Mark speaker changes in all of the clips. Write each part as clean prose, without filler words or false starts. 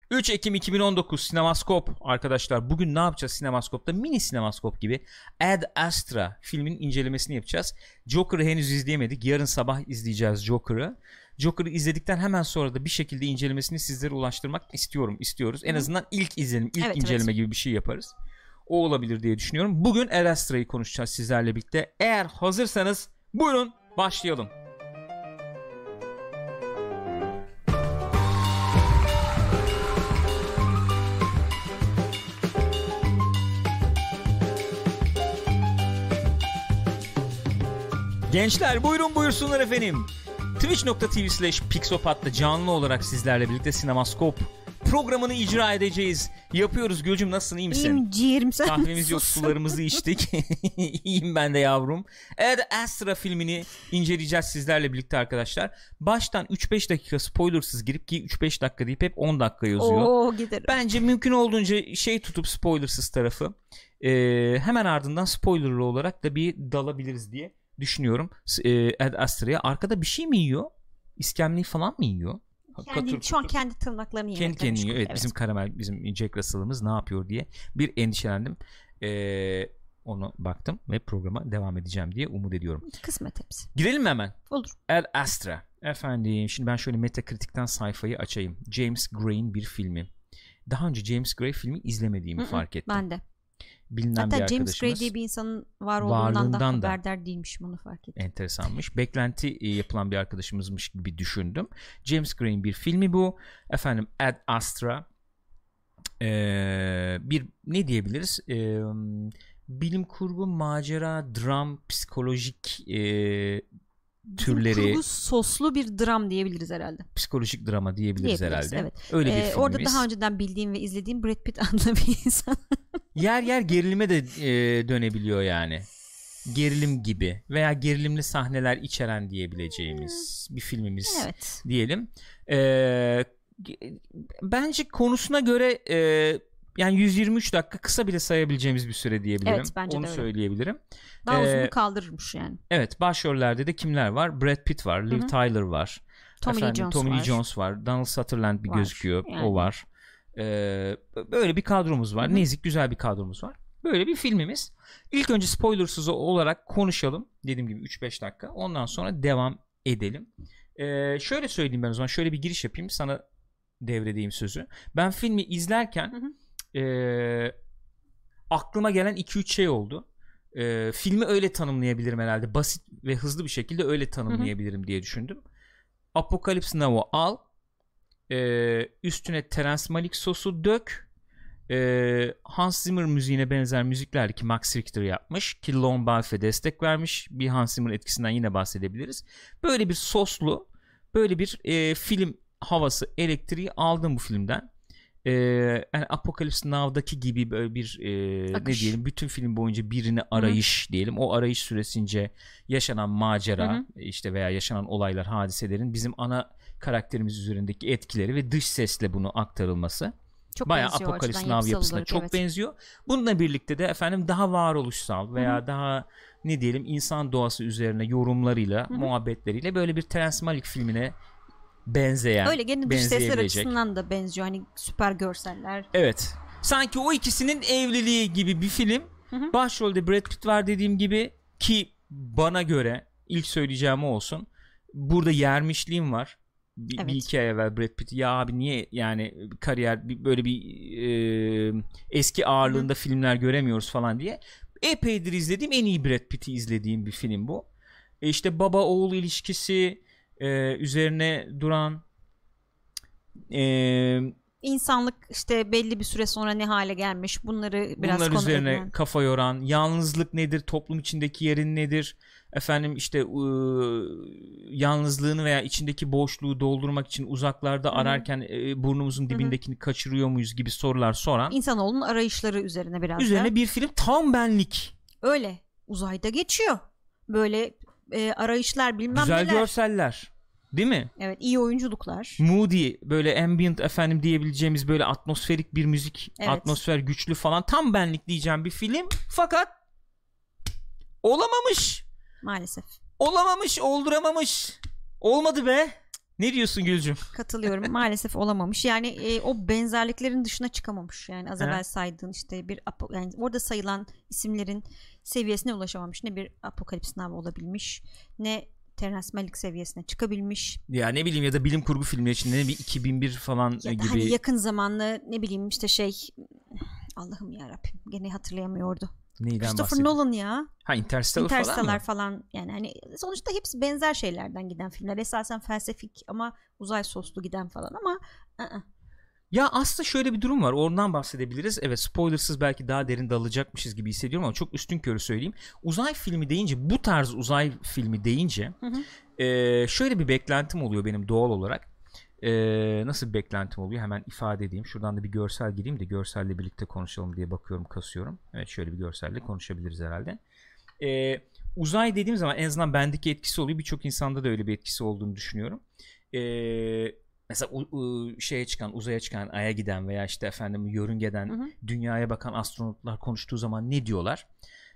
Speaker 1: 3 Ekim 2019 Sinemaskop arkadaşlar. Bugün ne yapacağız Sinemaskop'ta? Mini Sinemaskop gibi Ad Astra filmin incelemesini yapacağız. Joker'ı henüz izleyemedik. Yarın sabah izleyeceğiz Joker'ı. Joker'ı izledikten hemen sonra da bir şekilde incelemesini sizlere ulaştırmak istiyoruz. En azından ilk izlenim, ilk inceleme gibi bir şey yaparız. O olabilir diye düşünüyorum. Bugün Ad Astra'yı konuşacağız sizlerle birlikte. Eğer hazırsanız buyurun başlayalım. Gençler buyursunlar efendim. Twitch.tv/Pixopat'ta canlı olarak sizlerle birlikte Sinemaskop programını icra edeceğiz. Yapıyoruz. Gülcüm nasılsın, iyi misin?
Speaker 2: İyiyim ciğerim, sen
Speaker 1: Kahvemiz yok, sularımızı içtik. İyiyim ben de yavrum. Ad Astra filmini inceleyeceğiz sizlerle birlikte arkadaşlar. Baştan 3-5 dakika spoilersız girip, ki 3-5 dakika deyip hep 10 dakika yazıyor. Bence mümkün olduğunca tutup spoilersız tarafı. Hemen ardından spoilerlı olarak da bir dalabiliriz diye düşünüyorum. Ad Astra'ya. Arkada bir şey mi yiyor? İskemleyi falan mı yiyor?
Speaker 2: Şu an kendi tırnaklarını yiyor.
Speaker 1: Kendi kendini yiyor. Evet, bizim karamel, bizim Jack Russell'ımız ne yapıyor diye bir endişelendim. Onu baktım ve programa devam edeceğim diye umut ediyorum.
Speaker 2: Kısmet hepsi.
Speaker 1: Girelim mi hemen?
Speaker 2: Olur.
Speaker 1: Ad Astra. Efendim şimdi ben şöyle Metacritic'ten sayfayı açayım. James Gray'in bir filmi. Daha önce James Gray filmi izlemediğimi fark ettim.
Speaker 2: Ben de.
Speaker 1: Bilinen
Speaker 2: hatta
Speaker 1: bir arkadaşımız.
Speaker 2: James Gray diye bir insanın var olduğundan da haberdar değilmişim, onu fark ettim.
Speaker 1: Enteresanmış. Beklenti yapılan bir arkadaşımızmış gibi düşündüm. James Gray'in bir filmi bu. Efendim Ad Astra. Bir ne diyebiliriz? Bilim kurgu, macera, dram, psikolojik türleri.
Speaker 2: Kurgu soslu bir dram diyebiliriz herhalde.
Speaker 1: Psikolojik drama diyebiliriz herhalde.
Speaker 2: Evet.
Speaker 1: Öyle bir filmimiz.
Speaker 2: Orada daha önceden bildiğim ve izlediğim Brad Pitt adlı bir insan.
Speaker 1: Yer gerilime de dönebiliyor yani. Gerilim gibi veya gerilimli sahneler içeren diyebileceğimiz bir filmimiz diyelim. Bence konusuna göre yani 123 dakika kısa bile sayabileceğimiz bir süre diyebilirim.
Speaker 2: Evet, bence
Speaker 1: onu
Speaker 2: de
Speaker 1: söyleyebilirim.
Speaker 2: Daha uzunu kaldırırmış yani.
Speaker 1: Evet, başrollerde de kimler var? Brad Pitt var, Liv Tyler var. Tommy Lee Jones var. Donald Sutherland bir gözüküyor. Yani. O var. Böyle bir kadromuz var. Nezik, güzel bir kadromuz var. Böyle bir filmimiz. İlk önce spoilersız olarak konuşalım. Dediğim gibi 3-5 dakika. Ondan sonra devam edelim. Şöyle söyleyeyim ben o zaman. Şöyle bir giriş yapayım. Sana devredeyim sözü. Ben filmi izlerken aklıma gelen 2-3 şey oldu. Filmi öyle tanımlayabilirim herhalde. Basit ve hızlı bir şekilde öyle tanımlayabilirim diye düşündüm. Apocalypse Now'u al. Üstüne Terence Malick sosu dök. Hans Zimmer müziğine benzer müzikler ki Max Richter yapmış, ki Lon Balfe destek vermiş. Bir Hans Zimmer etkisinden yine bahsedebiliriz. Böyle bir soslu, böyle bir film havası, elektriği aldım bu filmden. Yani Apocalypse Now'daki gibi böyle bir ne diyelim, bütün film boyunca birini arayış diyelim. O arayış süresince yaşanan macera işte veya yaşanan olaylar, hadiselerin bizim ana karakterimiz üzerindeki etkileri ve dış sesle bunu aktarılması. Çok bayağı Apocalypse Now yapısına çok benziyor. Bununla birlikte de efendim daha varoluşsal veya daha ne diyelim insan doğası üzerine yorumlarıyla, muhabbetleriyle böyle bir Terence Malick filmine benzeyen,
Speaker 2: öyle gene dış sesler açısından da benziyor. Hani süper görseller.
Speaker 1: Evet. Sanki o ikisinin evliliği gibi bir film. Başrolde Brad Pitt var dediğim gibi, ki bana göre ilk söyleyeceğim o olsun. Burada yermişliğim var. Bir iki ay evvel Brad Pitt, ya abi niye yani kariyer böyle bir eski ağırlığında filmler göremiyoruz falan diye. Epeydir izlediğim, en iyi Brad Pitt'i izlediğim bir film bu. İşte baba oğul ilişkisi üzerine duran,
Speaker 2: insanlık işte belli bir süre sonra ne hale gelmiş, bunlar
Speaker 1: üzerine kafa yoran, yalnızlık nedir, toplum içindeki yerin nedir, efendim işte yalnızlığını veya içindeki boşluğu doldurmak için uzaklarda ararken burnumuzun dibindekini kaçırıyor muyuz gibi sorular soran,
Speaker 2: İnsanoğlunun arayışları üzerine
Speaker 1: bir film, tam benlik.
Speaker 2: Öyle uzayda geçiyor böyle arayışlar, bilmem
Speaker 1: güzel
Speaker 2: neler,
Speaker 1: görseller, değil mi?
Speaker 2: Evet, iyi oyunculuklar,
Speaker 1: moody, böyle ambient efendim diyebileceğimiz böyle atmosferik bir müzik, atmosfer güçlü falan, tam benlik diyeceğim bir film, fakat olamamış
Speaker 2: maalesef.
Speaker 1: Olduramamış. Olmadı be. Ne diyorsun Gülcüm?
Speaker 2: Katılıyorum. Maalesef olamamış. Yani o benzerliklerin dışına çıkamamış. Yani az evvel saydığın işte yani orada sayılan isimlerin seviyesine ulaşamamış. Ne bir Apokalips Now olabilmiş, ne Terrence Malick seviyesine çıkabilmiş.
Speaker 1: Ya ne bileyim, ya da bilim kurgu filmleri içinde bir 2001 falan
Speaker 2: ya
Speaker 1: gibi.
Speaker 2: Hani yakın zamanlı ne bileyim işte Allah'ım yarabbim gene hatırlayamıyordu.
Speaker 1: Neyden
Speaker 2: Christopher Nolan ya.
Speaker 1: Ha, Interstellar
Speaker 2: falan yani hani sonuçta hepsi benzer şeylerden giden filmler. Esasen felsefik ama uzay soslu giden falan ama
Speaker 1: Ya aslında şöyle bir durum var. Oradan bahsedebiliriz. Evet, spoilersız belki daha derin dalacakmışız gibi hissediyorum ama çok üstünkörü söyleyeyim. Uzay filmi deyince, bu tarz uzay filmi deyince şöyle bir beklentim oluyor benim doğal olarak. Nasıl bir beklentim oluyor? Hemen ifade edeyim. Şuradan da bir görsel gireyim de görselle birlikte konuşalım diye bakıyorum, kasıyorum. Evet, şöyle bir görselle konuşabiliriz herhalde. Uzay dediğim zaman en azından bendeki etkisi oluyor. Birçok insanda da öyle bir etkisi olduğunu düşünüyorum. Mesela uzaya çıkan, Ay'a giden veya işte efendim yörüngeden dünyaya bakan astronotlar konuştuğu zaman ne diyorlar?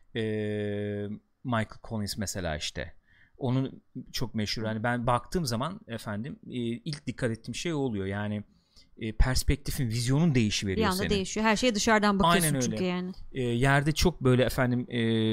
Speaker 1: Michael Collins mesela işte. Onun çok meşhur. Yani ben baktığım zaman efendim ilk dikkat ettiğim şey oluyor. Yani perspektifin, vizyonun değişiveriyor
Speaker 2: senin. Bir anda
Speaker 1: senin.
Speaker 2: değişiyor. Her şeye dışarıdan bakıyorsun.
Speaker 1: Aynen
Speaker 2: çünkü yani.
Speaker 1: Yerde çok böyle efendim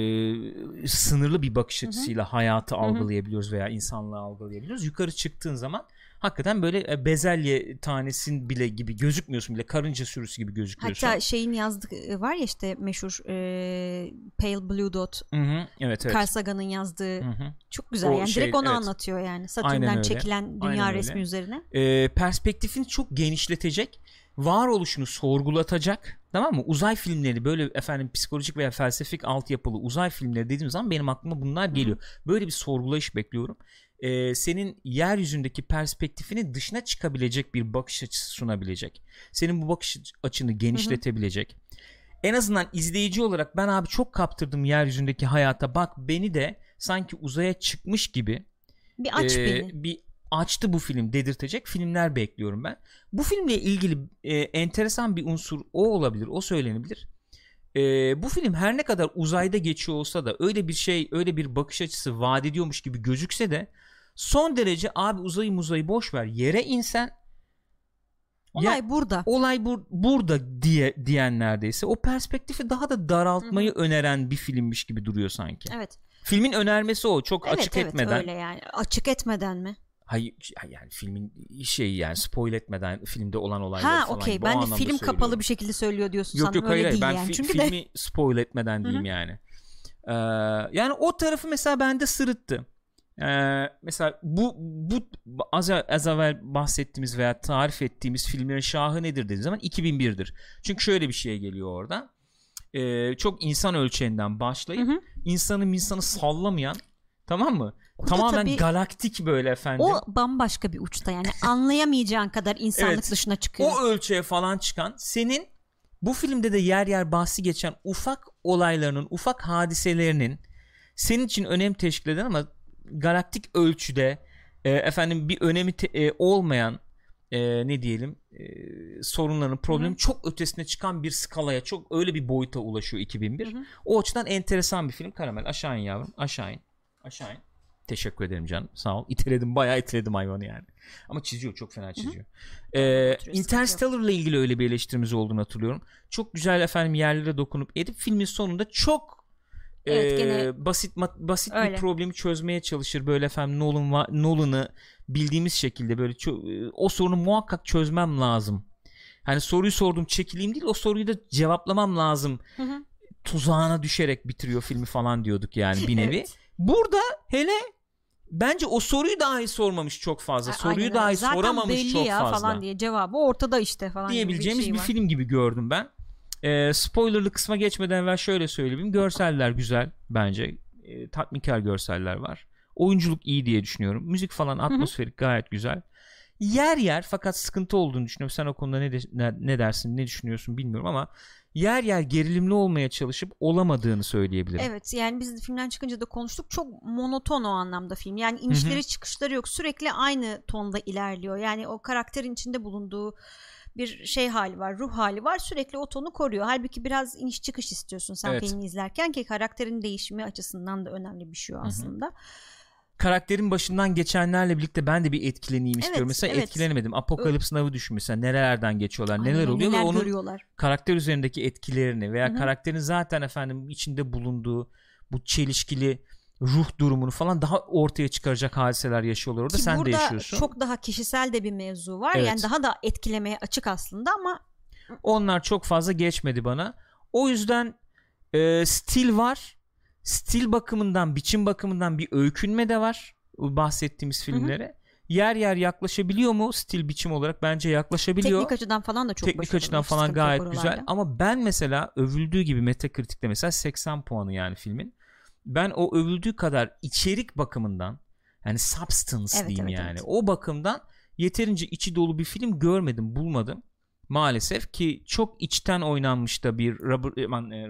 Speaker 1: sınırlı bir bakış açısıyla hayatı algılayabiliyoruz veya insanlığı algılayabiliyoruz. Yukarı çıktığın zaman hakikaten böyle bezelye tanesin bile gibi gözükmüyorsun, bile karınca sürüsü gibi gözüküyorsun.
Speaker 2: Hatta yazdığı var ya işte meşhur Pale Blue Dot.
Speaker 1: Evet.
Speaker 2: Carl Sagan'ın yazdığı. Çok güzel. Yani direkt onu anlatıyor yani. Satürn'den çekilen dünya resmi üzerine.
Speaker 1: Perspektifini çok genişletecek, varoluşunu sorgulatacak, tamam mı? Uzay filmleri, böyle efendim psikolojik veya felsefik altyapılı uzay filmleri dediğim zaman benim aklıma bunlar geliyor. Böyle bir sorgulayış bekliyorum. Senin yeryüzündeki perspektifinin dışına çıkabilecek bir bakış açısı sunabilecek. Senin bu bakış açını genişletebilecek. En azından izleyici olarak ben abi çok kaptırdım yeryüzündeki hayata. Bak beni de sanki uzaya çıkmış gibi
Speaker 2: bir aç beni.
Speaker 1: Bir açtı bu film dedirtecek filmler bekliyorum ben. Bu filmle ilgili enteresan bir unsur o olabilir, o söylenebilir. Bu film her ne kadar uzayda geçiyor olsa da öyle bir şey, öyle bir bakış açısı vaat ediyormuş gibi gözükse de son derece abi uzayı boş ver, yere insen
Speaker 2: olay burada.
Speaker 1: Olay burada diyen neredeyse o perspektifi daha da daraltmayı öneren bir filmmiş gibi duruyor sanki.
Speaker 2: Evet.
Speaker 1: Filmin önermesi o, çok açık etmeden.
Speaker 2: Evet öyle yani. Açık etmeden mi?
Speaker 1: Hayır yani filmin yani spoil etmeden filmde olan olayları falan.
Speaker 2: Okay. Ben de film
Speaker 1: söylüyorum.
Speaker 2: Kapalı bir şekilde söylüyor diyorsun.
Speaker 1: Yok hayır
Speaker 2: değil
Speaker 1: ben
Speaker 2: yani. Çünkü
Speaker 1: filmi spoil etmeden diyeyim yani. Yani o tarafı mesela bende sırıttı. Mesela bu az evvel bahsettiğimiz veya tarif ettiğimiz filmlerin şahı nedir dediğimiz zaman 2001'dir. Çünkü şöyle bir şey geliyor orada. Çok insan ölçeğinden başlayıp insanı sallamayan, tamam mı? Orada tamamen galaktik böyle efendim.
Speaker 2: O bambaşka bir uçta yani anlayamayacağın kadar insanlık dışına çıkıyor.
Speaker 1: O ölçüye falan çıkan, senin bu filmde de yer yer bahsi geçen ufak olaylarının, ufak hadiselerinin senin için önem teşkil eden ama galaktik ölçüde efendim bir önemi olmayan ne diyelim sorunların, problemi çok ötesine çıkan bir skalaya, çok öyle bir boyuta ulaşıyor 2001. O açıdan enteresan bir film. Karamel aşağı in yavrum, aşağı in. Teşekkür ederim canım, sağ ol. Bayağı iteledim hayvanı yani. Ama çiziyor, çok fena çiziyor. Interstellar ile ilgili öyle bir eleştirimiz olduğunu hatırlıyorum. Çok güzel efendim yerlere dokunup edip filmin sonunda çok basit bir problemi çözmeye çalışır böyle efendim. Nolan'ı bildiğimiz şekilde böyle o sorunu muhakkak çözmem lazım. Hani soruyu sordum, çekileyim değil, o soruyu da cevaplamam lazım. Tuzağına düşerek bitiriyor filmi falan diyorduk yani bir nevi. Burada hele bence o soruyu dahi sormamış çok fazla. Soruyu dahi soramamış çok fazla.
Speaker 2: Falan diye cevabı ortada işte falan
Speaker 1: diyebileceğimiz bir film gibi gördüm ben. Spoilerlı kısma geçmeden evvel şöyle söyleyeyim. Görseller güzel bence. Tatminkar görseller var. Oyunculuk iyi diye düşünüyorum. Müzik falan atmosferik, gayet güzel. Yer yer fakat sıkıntı olduğunu düşünüyorum. Sen o konuda ne dersin, ne düşünüyorsun bilmiyorum ama yer yer gerilimli olmaya çalışıp olamadığını söyleyebilirim.
Speaker 2: Evet, yani biz filmden çıkınca da konuştuk. Çok monoton o anlamda film. Yani inişleri çıkışları yok. Sürekli aynı tonda ilerliyor. Yani o karakterin içinde bulunduğu bir hali var, ruh hali var. Sürekli o tonu koruyor. Halbuki biraz iniş çıkış istiyorsun sen filmi izlerken, ki karakterin değişimi açısından da önemli bir şey aslında.
Speaker 1: karakterin başından geçenlerle birlikte ben de bir etkileneyim istiyorum. Mesela etkilenemedim. Apokalips Now'ı düşün mesela, nerelerden geçiyorlar, neler oluyor ve onun görüyorlar. Karakter üzerindeki etkilerini veya karakterin zaten efendim içinde bulunduğu bu çelişkili ruh durumunu falan daha ortaya çıkaracak hadiseler yaşıyorlar orada. Ki sen de yaşıyorsun.
Speaker 2: Çok daha kişisel de bir mevzu var. Yani daha da etkilemeye açık aslında ama
Speaker 1: onlar çok fazla geçmedi bana. O yüzden stil var. Stil bakımından, biçim bakımından bir öykünme de var bahsettiğimiz filmlere. Yer yer yaklaşabiliyor mu stil biçim olarak? Bence yaklaşabiliyor.
Speaker 2: Teknik açıdan falan da çok
Speaker 1: teknik açıdan falan gayet güzel. Ama ben mesela övüldüğü gibi Metacritic'te mesela 80 puanı yani filmin. Ben o övüldüğü kadar içerik bakımından, yani substance diyeyim yani. Evet. O bakımdan yeterince içi dolu bir film görmedim, bulmadım. Maalesef ki çok içten oynanmış da bir Robert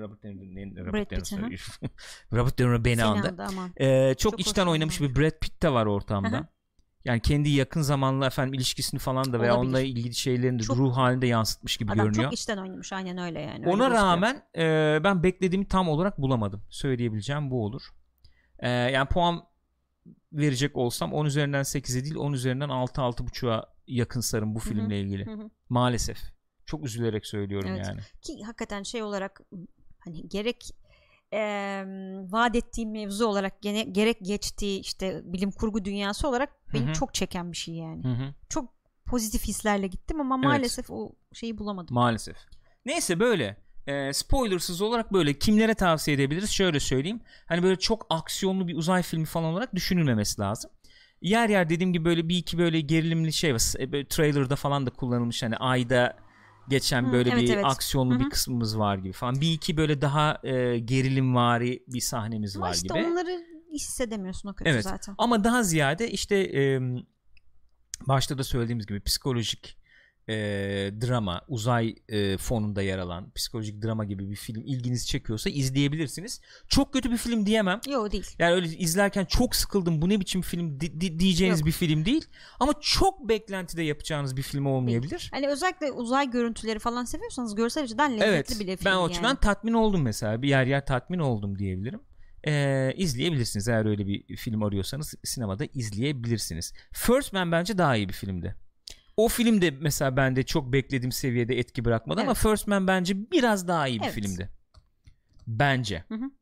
Speaker 1: De Niro beni andı. Çok içten oynamış bir Brad Pitt de var ortamda. Yani kendi yakın zamanlı efendim ilişkisini falan da veya olabilir. Onunla ilgili şeylerini de ruh halinde yansıtmış gibi görünüyor.
Speaker 2: Çok içten oynamış, aynen öyle yani.
Speaker 1: Ona rağmen ben beklediğimi tam olarak bulamadım. Söyleyebileceğim bu olur. Yani puan verecek olsam 10 üzerinden 8'e değil 10 üzerinden 6-6.5'a yakınsarım bu filmle ilgili. Maalesef. Çok üzülerek söylüyorum yani.
Speaker 2: Ki hakikaten şey olarak hani gerek vaat ettiğim mevzu olarak gerek geçtiği işte bilim kurgu dünyası olarak beni çok çeken bir şey yani. Çok pozitif hislerle gittim ama maalesef o şeyi bulamadım.
Speaker 1: Maalesef. Neyse böyle spoilersız olarak böyle kimlere tavsiye edebiliriz? Şöyle söyleyeyim. Hani böyle çok aksiyonlu bir uzay filmi falan olarak düşünülmemesi lazım. Yer yer dediğim gibi böyle bir iki böyle gerilimli şey var. Böyle trailer'da falan da kullanılmış, hani ayda geçen böyle bir aksiyonlu bir kısmımız var gibi falan. Bir iki böyle daha gerilimvari bir sahnemiz ama var
Speaker 2: işte
Speaker 1: gibi.
Speaker 2: Ama işte onları hissedemiyorsun o kötü zaten.
Speaker 1: Ama daha ziyade işte başta da söylediğimiz gibi psikolojik drama, uzay fonunda yer alan psikolojik drama gibi bir film ilginizi çekiyorsa izleyebilirsiniz. Çok kötü bir film diyemem.
Speaker 2: Yok, değil.
Speaker 1: Yani öyle izlerken çok sıkıldım, bu ne biçim film diyeceğiniz bir film değil. Ama çok beklentide yapacağınız bir film olmayabilir.
Speaker 2: Hani özellikle uzay görüntüleri falan seviyorsanız görsel açıdan lezzetli bile film.
Speaker 1: Ben o açıdan tatmin oldum mesela. Bir yer tatmin oldum diyebilirim. İzleyebilirsiniz eğer öyle bir film arıyorsanız, sinemada izleyebilirsiniz. First Man bence daha iyi bir filmdi. O film de mesela bende çok beklediğim seviyede etki bırakmadı ama First Man bence biraz daha iyi bir filmdi. Bence.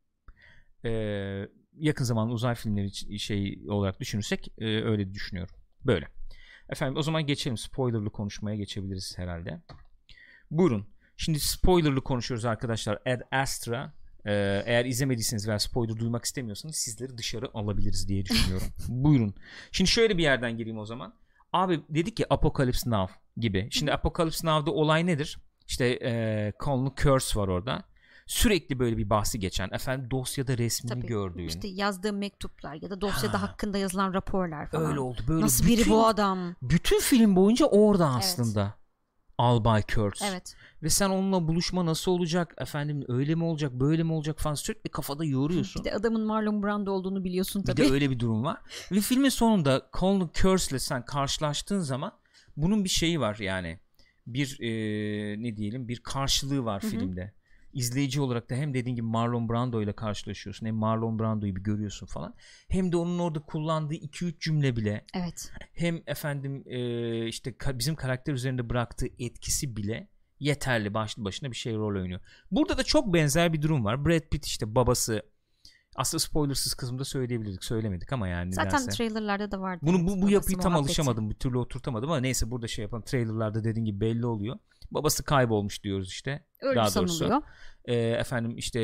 Speaker 1: Yakın zaman uzay filmleri için şey olarak düşünürsek öyle düşünüyorum. Böyle. Efendim o zaman geçelim. Spoilerlı konuşmaya geçebiliriz herhalde. Buyurun. Şimdi spoilerlı konuşuyoruz arkadaşlar. Ad Astra. Eğer izlemediyseniz veya spoiler duymak istemiyorsanız sizleri dışarı alabiliriz diye düşünüyorum. Buyurun. Şimdi şöyle bir yerden gireyim o zaman. Abi dedik ki Apocalypse Now gibi. Şimdi Apocalypse Now'da olay nedir? İşte Colin Curse var orada. Sürekli böyle bir bahsi geçen. Efendim dosyada resmini gördüğün.
Speaker 2: İşte yazdığı mektuplar ya da dosyada hakkında yazılan raporlar falan.
Speaker 1: Öyle oldu. Böyle
Speaker 2: nasıl biri bu adam?
Speaker 1: Bütün film boyunca orada aslında. Albay Curse.
Speaker 2: Evet.
Speaker 1: Ve sen onunla buluşma nasıl olacak? Efendim öyle mi olacak, böyle mi olacak falan sürekli kafada yoruyorsun.
Speaker 2: Bir de adamın Marlon Brando olduğunu biliyorsun tabii.
Speaker 1: Bir de öyle bir durum var. Ve filmin sonunda Colin Curse'le sen karşılaştığın zaman bunun bir şeyi var yani. Bir ne diyelim, bir karşılığı var filmde. İzleyici olarak da hem dediğin gibi Marlon Brando ile karşılaşıyorsun. Hem Marlon Brando'yu bir görüyorsun falan. Hem de onun orada kullandığı 2-3 cümle bile.
Speaker 2: Evet.
Speaker 1: Hem efendim işte bizim karakter üzerinde bıraktığı etkisi bile yeterli, başlı başına bir şey rol oynuyor. Burada da çok benzer bir durum var. Brad Pitt işte babası, aslında spoilersız kısımda söyleyebilirdik, söylemedik ama yani
Speaker 2: zaten
Speaker 1: nedense.
Speaker 2: Trailerlarda da vardı.
Speaker 1: Bu yapıyı tam alışamadım, bir türlü oturtamadım ama neyse burada şey yapalım, trailerlarda dediğin gibi belli oluyor. Babası kaybolmuş diyoruz işte.
Speaker 2: Öyle
Speaker 1: daha
Speaker 2: sanılıyor.
Speaker 1: Doğrusu. Efendim işte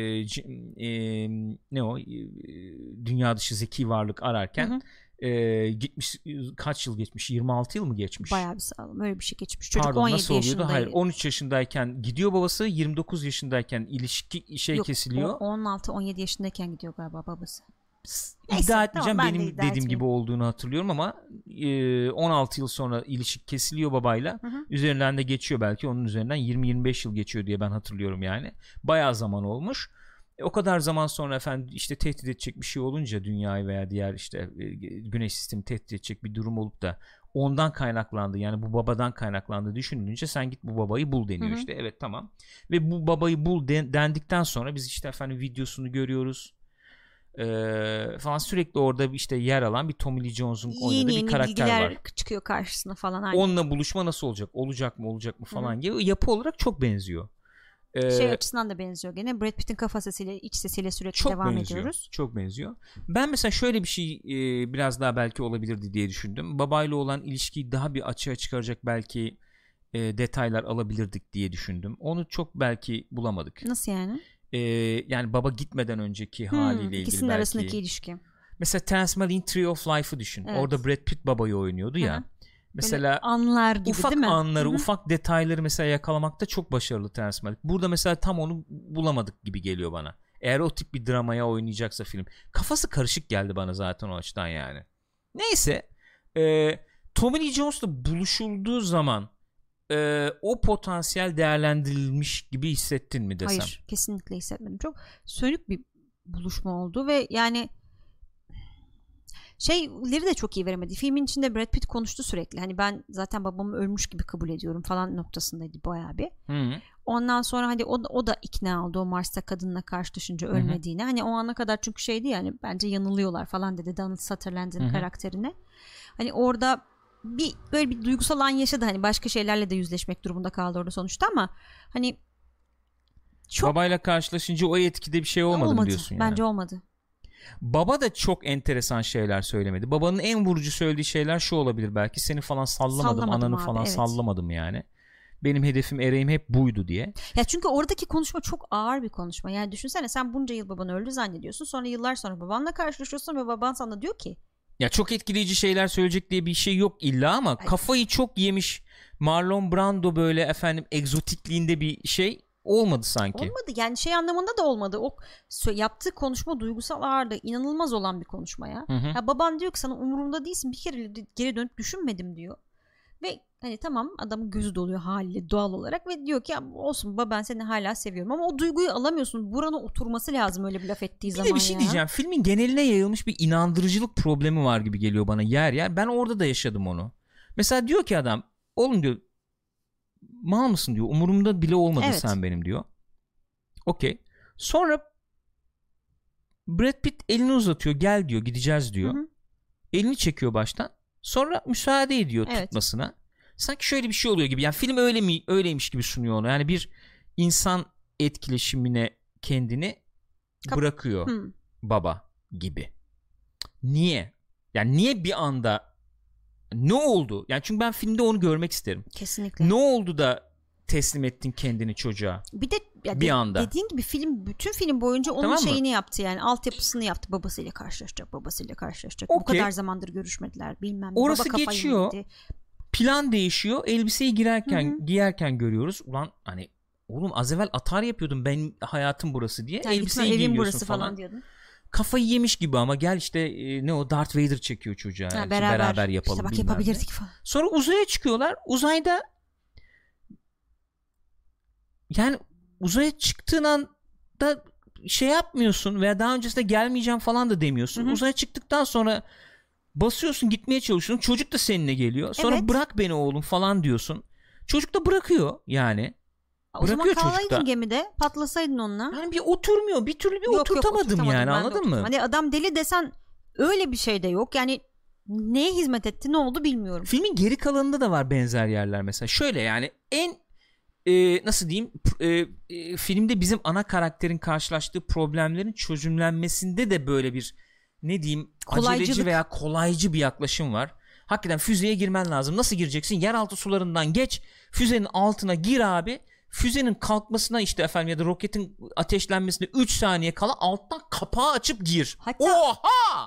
Speaker 1: ne o dünya dışı zeki varlık ararken gitmiş, kaç yıl geçmiş, 26 yıl mı geçmiş?
Speaker 2: Bayağı bir sağlam, öyle bir şey geçmiş. Çocuk
Speaker 1: pardon,
Speaker 2: 17
Speaker 1: nasıl oluyordu?
Speaker 2: yaşındaydı.
Speaker 1: Hayır, 13 yaşındayken gidiyor babası, 29 yaşındayken ilişki kesiliyor.
Speaker 2: 16-17 yaşındayken gidiyor galiba babası.
Speaker 1: İddia etmeyeceğim,
Speaker 2: tamam,
Speaker 1: benim dediğim gibi olduğunu hatırlıyorum ama 16 yıl sonra ilişki kesiliyor babayla. Üzerinden de geçiyor, belki onun üzerinden 20-25 yıl geçiyor diye ben hatırlıyorum yani. Bayağı zaman olmuş. O kadar zaman sonra efendim işte tehdit edecek bir şey olunca, dünyayı veya diğer işte güneş sistemi tehdit edecek bir durum olup da ondan kaynaklandı, yani bu babadan kaynaklandı düşünülünce sen git bu babayı bul deniyor. İşte evet, tamam. Ve bu babayı bul dendikten sonra biz işte efendim videosunu görüyoruz. Falan, sürekli orada işte yer alan bir Tommy Lee Jones'un oynadığı bir karakter var.
Speaker 2: Yeni çıkıyor karşısına falan. Aynen.
Speaker 1: Onunla buluşma nasıl olacak? Olacak mı falan gibi yapı olarak çok benziyor.
Speaker 2: Açısından da benziyor gene. Brad Pitt'in kafa sesiyle, iç sesiyle sürekli devam ediyoruz.
Speaker 1: Çok benziyor. Ben mesela şöyle bir şey biraz daha belki olabilirdi diye düşündüm. Babayla olan ilişkiyi daha bir açığa çıkaracak belki detaylar alabilirdik diye düşündüm. Onu çok belki bulamadık.
Speaker 2: Nasıl yani?
Speaker 1: Yani baba gitmeden önceki haliyle ilgili
Speaker 2: ikisinin
Speaker 1: belki.
Speaker 2: arasındaki ilişki.
Speaker 1: Mesela Transmeline Tree of Life'ı düşün. Evet. Orada Brad Pitt babayı oynuyordu ya. Hı-hı. Mesela böyle
Speaker 2: anlar gibi,
Speaker 1: ufak
Speaker 2: değil mi?
Speaker 1: anları, ufak detayları mesela yakalamakta çok başarılı Transmeline. Burada mesela tam onu bulamadık gibi geliyor bana. Eğer o tip bir dramaya oynayacaksa film. Kafası karışık geldi bana zaten o açıdan yani. Neyse. Tommy Lee Jones'la buluşulduğu zaman o potansiyel değerlendirilmiş gibi hissettin mi desem?
Speaker 2: Hayır, kesinlikle hissetmedim. Çok sönük bir buluşma oldu ve yani şeyleri de çok iyi veremedi. Filmin içinde Brad Pitt konuştu sürekli. Hani ben zaten babamı ölmüş gibi kabul ediyorum falan noktasındaydı bayağı bir.
Speaker 1: Hı-hı.
Speaker 2: Ondan sonra hani o da ikna oldu o Mars'ta kadınla karşılaşınca ölmediğine. Hı-hı. Hani o ana kadar çünkü şeydi yani bence yanılıyorlar falan dedi Donald Sutherland'ın karakterine. Hani orada böyle bir duygusal an yaşadı. Hani başka şeylerle de yüzleşmek durumunda kaldı orada sonuçta ama hani çok...
Speaker 1: Babayla karşılaşınca o etkide bir şey olmadı mı diyorsun yani?
Speaker 2: Bence olmadı.
Speaker 1: Baba da çok enteresan şeyler söylemedi. Babanın en vurucu söylediği şeyler şu olabilir belki. Seni falan sallamadım ananı abi, falan evet. Sallamadım yani. Benim hedefim ereğim hep buydu diye.
Speaker 2: Ya çünkü oradaki konuşma çok ağır bir konuşma. Yani düşünsene sen bunca yıl baban öldü zannediyorsun. Sonra yıllar sonra babanla karşılaşıyorsun ve baban sana diyor ki.
Speaker 1: Ya çok etkileyici şeyler söyleyecek diye bir şey yok illa ama evet. Kafayı çok yemiş Marlon Brando böyle efendim egzotikliğinde bir şey olmadı sanki.
Speaker 2: Olmadı yani şey anlamında da olmadı. O yaptığı konuşma duygusal ağırdı. İnanılmaz olan bir konuşma ya. Ya baban diyor ki sana umurumda değilsin bir kere geri dönüp düşünmedim diyor. Ve hani tamam adamın gözü doluyor haliyle doğal olarak ve diyor ki olsun baba ben seni hala seviyorum ama o duyguyu alamıyorsun. Burana oturması lazım öyle bir laf ettiği zaman ya.
Speaker 1: Bir de bir şey diyeceğim. Filmin geneline yayılmış bir inandırıcılık problemi var gibi geliyor bana yer yer. Ben orada da yaşadım onu. Mesela diyor ki adam oğlum diyor mal mısın diyor. Umurumda bile olmadı evet. Sen benim diyor. Okey. Sonra Brad Pitt elini uzatıyor. Gel diyor. Gideceğiz diyor. Hı-hı. Elini çekiyor baştan. Sonra müsaade ediyor evet. Tutmasına. Sanki şöyle bir şey oluyor gibi. Yani film öyleymiş gibi sunuyor onu. Yani bir insan etkileşimine kendini bırakıyor baba gibi. Niye? Yani niye bir anda ne oldu? Yani çünkü ben filmde onu görmek isterim.
Speaker 2: Kesinlikle.
Speaker 1: Ne oldu da teslim ettin kendini çocuğa?
Speaker 2: Bir de
Speaker 1: bir anda.
Speaker 2: Dediğin gibi bütün film boyunca onun tamam şeyini yaptı yani altyapısını yaptı. Babasıyla karşılaşacak. Okay. Bu kadar zamandır görüşmediler bilmem ne.
Speaker 1: Orası baba geçiyor. Yedi. Plan değişiyor. Elbiseyi giyerken görüyoruz. Ulan hani oğlum az evvel atar yapıyordum ben hayatım burası diye. Yani elbiseyi giyiyorsun burası falan diyordun. Kafayı yemiş gibi ama gel işte ne o Darth Vader çekiyor çocuğa. Yani beraber yapalım.
Speaker 2: İşte bak yapabilirdik falan.
Speaker 1: Sonra uzaya çıkıyorlar. Uzayda yani uzaya çıktığın anda şey yapmıyorsun veya daha öncesinde gelmeyeceğim falan da demiyorsun. Uzaya çıktıktan sonra basıyorsun gitmeye çalışıyorsun. Çocuk da seninle geliyor. Sonra evet. Bırak beni oğlum falan diyorsun. Çocuk da bırakıyor yani.
Speaker 2: O bırakıyor zaman kalaydın gemide patlasaydın onunla.
Speaker 1: Yani bir oturmuyor. Bir türlü oturtamadım yani anladın mı?
Speaker 2: Hani adam deli desen öyle bir şey de yok. Yani neye hizmet etti ne oldu bilmiyorum.
Speaker 1: Filmin geri kalanında da var benzer yerler mesela. Şöyle yani en nasıl diyeyim filmde bizim ana karakterin karşılaştığı problemlerin çözümlenmesinde de böyle bir ne diyeyim aceleci veya kolaycı bir yaklaşım var. Hakikaten füzeye girmen lazım. Nasıl gireceksin? Yeraltı sularından geç. Füzenin altına gir abi. Füzenin kalkmasına işte efendim ya da roketin ateşlenmesine 3 saniye kala alttan kapağı açıp gir. Oha!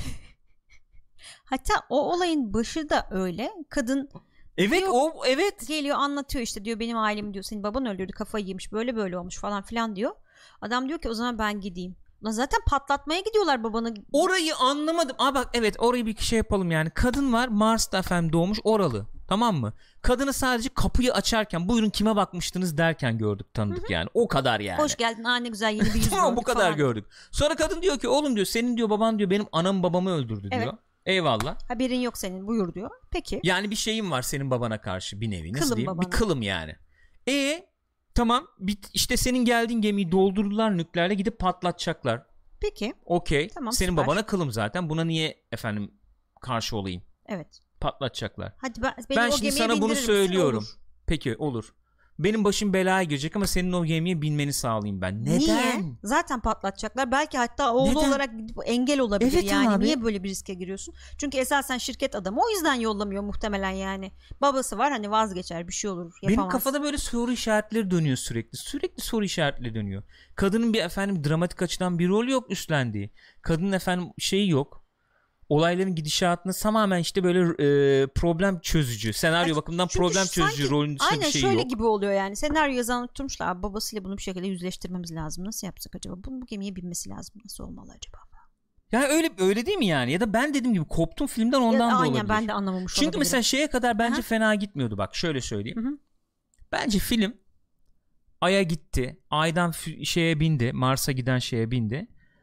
Speaker 2: Hatta o olayın başı da öyle. Kadın
Speaker 1: evet diyor, evet
Speaker 2: geliyor anlatıyor işte diyor benim ailem diyor senin baban öldürdü kafayı yemiş böyle olmuş falan filan diyor. Adam diyor ki o zaman ben gideyim. Ulan zaten patlatmaya gidiyorlar babanı.
Speaker 1: Orayı anlamadım. Bak evet orayı bir şey yapalım yani. Kadın var Mars'ta efendim doğmuş oralı. Tamam mı? Kadını sadece kapıyı açarken buyurun kime bakmıştınız derken gördük tanıdık yani. O kadar yani.
Speaker 2: Hoş geldin ne güzel yeni bir yüz
Speaker 1: gördük bu kadar falan. Gördük. Sonra kadın diyor ki oğlum diyor senin diyor baban diyor benim anamı babamı öldürdü diyor. Evet. Eyvallah.
Speaker 2: Haberin yok senin buyur diyor. Peki.
Speaker 1: Yani bir şeyim var senin babana karşı bir nevi. Nasıl
Speaker 2: kılım
Speaker 1: diyeyim?
Speaker 2: Babana.
Speaker 1: Bir kılım yani. Tamam işte senin geldiğin gemiyi doldurdular nükleerle gidip patlatacaklar.
Speaker 2: Peki.
Speaker 1: Okey.
Speaker 2: Tamam,
Speaker 1: Senin
Speaker 2: süper.
Speaker 1: babana kılım zaten. Buna niye efendim karşı olayım?
Speaker 2: Evet.
Speaker 1: Patlatacaklar.
Speaker 2: Hadi
Speaker 1: Ben
Speaker 2: o
Speaker 1: şimdi
Speaker 2: gemiye
Speaker 1: sana bunu
Speaker 2: bindirir misin?
Speaker 1: söylüyorum.
Speaker 2: Olur.
Speaker 1: Peki olur. Benim başım belaya girecek ama senin o gemiye binmeni sağlayayım ben. Neden?
Speaker 2: Niye? Zaten patlatacaklar. Belki hatta oğlu
Speaker 1: Neden?
Speaker 2: olarak gidip engel olabilir
Speaker 1: Evet
Speaker 2: yani.
Speaker 1: abi.
Speaker 2: Niye böyle bir riske giriyorsun? Çünkü esasen şirket adamı o yüzden yollamıyor muhtemelen yani. Babası var, hani vazgeçer, bir şey olur, yapamaz.
Speaker 1: Benim kafada böyle soru işaretleri dönüyor sürekli. Sürekli soru işaretleri dönüyor. Kadının bir efendim dramatik açıdan bir rol yok üstlendiği. Kadının efendim şeyi yok. Olayların gidişatında tamamen işte böyle problem çözücü, senaryo bakımından
Speaker 2: Çünkü
Speaker 1: problem çözücü
Speaker 2: sanki,
Speaker 1: rolün dışında bir şey yok.
Speaker 2: Aynen şöyle gibi oluyor yani. Senaryo yazan tutmuşlar. Babasıyla bunu bir şekilde yüzleştirmemiz lazım. Nasıl yapsak acaba? Bu gemiye binmesi lazım. Nasıl olmalı acaba?
Speaker 1: Yani öyle değil mi yani? Ya da ben dediğim gibi koptum filmden ondan da olabilir.
Speaker 2: Aynen, ben de anlamamış olabilirim.
Speaker 1: Çünkü mesela şeye kadar bence fena gitmiyordu, bak şöyle söyleyeyim.
Speaker 2: Hı-hı.
Speaker 1: Bence film Ay'a gitti. Ay'dan şeye bindi. Mars'a giden şeye bindi.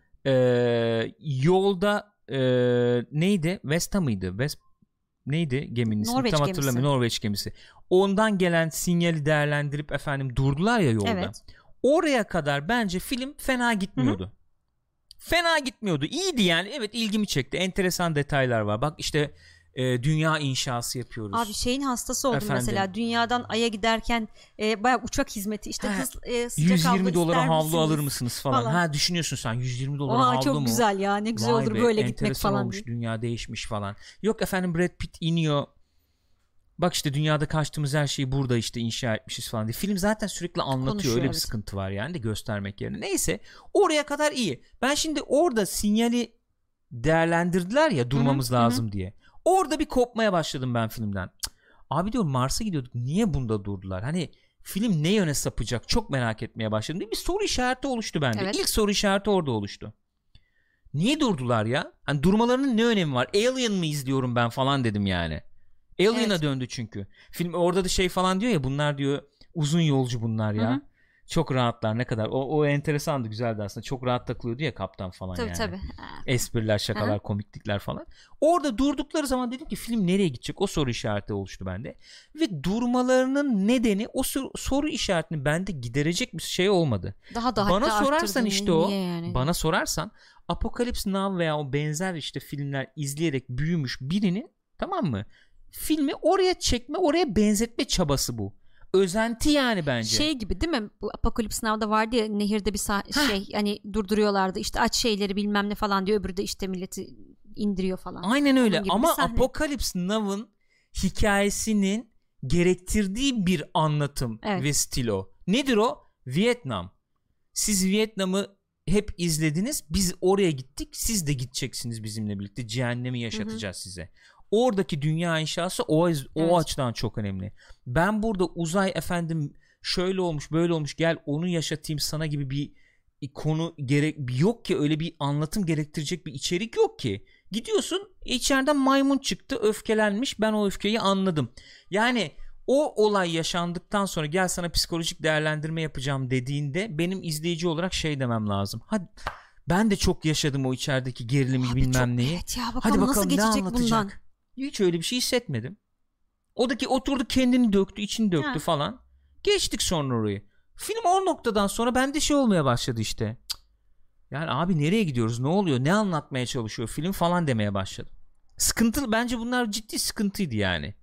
Speaker 1: Yolda neydi? Vesta mıydı? Neydi geminin ismi?
Speaker 2: Norveç
Speaker 1: Tam
Speaker 2: gemisi.
Speaker 1: hatırlamıyorum. Norveç gemisi. Ondan gelen sinyali değerlendirip efendim durdular ya yolda.
Speaker 2: Evet.
Speaker 1: Oraya kadar bence film fena gitmiyordu. Hı-hı. Fena gitmiyordu. İyiydi yani. Evet, ilgimi çekti. Enteresan detaylar var. Bak işte dünya inşası yapıyoruz.
Speaker 2: Abi şeyin hastası oldum mesela. Dünyadan Ay'a giderken bayağı uçak hizmeti işte sıcak
Speaker 1: 120 dolara havlu
Speaker 2: misiniz?
Speaker 1: alır mısınız falan. Ha, düşünüyorsun sen 120 dolara havlu
Speaker 2: çok
Speaker 1: mu?
Speaker 2: Çok güzel ya, ne güzel
Speaker 1: Vay
Speaker 2: olur
Speaker 1: be,
Speaker 2: böyle gitmek
Speaker 1: enteresan
Speaker 2: falan
Speaker 1: olmuş,
Speaker 2: diye.
Speaker 1: dünya değişmiş falan. Yok efendim Brad Pitt iniyor. Bak işte dünyada kaçtığımız her şeyi burada işte inşa etmişiz falan diye. Film zaten sürekli anlatıyor.
Speaker 2: Konuşuyor,
Speaker 1: öyle
Speaker 2: evet.
Speaker 1: Bir sıkıntı var yani de göstermek yerine. Neyse, oraya kadar iyi. Ben şimdi orada sinyali değerlendirdiler ya, durmamız lazım diye. Orada bir kopmaya başladım ben filmden. Abi diyorum, Mars'a gidiyorduk. Niye bunda durdular? Hani film ne yöne sapacak? Çok merak etmeye başladım. Bir soru işareti oluştu bende.
Speaker 2: Evet.
Speaker 1: İlk soru işareti orada oluştu. Niye durdular ya? Hani durmalarının ne önemi var? Alien mı izliyorum ben falan dedim yani. Alien'a döndü çünkü. Film orada da şey falan diyor ya, bunlar diyor uzun yolcu bunlar ya. Hı-hı. Çok rahatlar, ne kadar. O enteresandı, güzeldi aslında. Çok rahat takılıyordu ya kaptan falan
Speaker 2: tabii,
Speaker 1: yani.
Speaker 2: Tabii.
Speaker 1: Espriler, şakalar, Hı-hı. komiklikler falan. Orada durdukları zaman dedim ki film nereye gidecek? O soru işareti oluştu bende. Ve durmalarının nedeni o soru işaretini bende giderecek bir şey olmadı. Bana sorarsan işte o. Yani? Bana sorarsan Apocalypse Now veya o benzer işte filmler izleyerek büyümüş birinin, tamam mı, filmi oraya çekme, oraya benzetme çabası bu. Özenti yani bence.
Speaker 2: Şey gibi değil mi? Bu Apocalypse Now'da vardı ya, nehirde bir şey hani durduruyorlardı. İşte aç şeyleri bilmem ne falan diyor. Öbürü de işte milleti indiriyor falan.
Speaker 1: Aynen öyle ama Apocalypse Now'ın hikayesinin gerektirdiği bir anlatım ve stil o. Nedir o? Vietnam. Siz Vietnam'ı hep izlediniz. Biz oraya gittik. Siz de gideceksiniz bizimle birlikte. Cehennemi yaşatacağız size. Oradaki dünya inşası o açıdan çok önemli. Ben burada uzay efendim şöyle olmuş böyle olmuş gel onu yaşatayım sana gibi bir konu yok ki, öyle bir anlatım gerektirecek bir içerik yok ki. Gidiyorsun, içeriden maymun çıktı, öfkelenmiş, ben o öfkeyi anladım. Yani o olay yaşandıktan sonra gel sana psikolojik değerlendirme yapacağım dediğinde benim izleyici olarak şey demem lazım. Hadi ben de çok yaşadım o içerideki gerilimi, abi bilmem neyi.
Speaker 2: Evet ya,
Speaker 1: hadi bakalım
Speaker 2: nasıl geçecek
Speaker 1: ne anlatacak. Bundan? Hiç öyle bir şey hissetmedim. Odaki oturdu, kendini döktü, içini döktü falan. Geçtik sonra orayı. Film o noktadan sonra bende şey olmaya başladı işte. Yani abi nereye gidiyoruz? Ne oluyor? Ne anlatmaya çalışıyor film falan demeye başladım. Sıkıntılı, bence bunlar ciddi sıkıntıydı yani.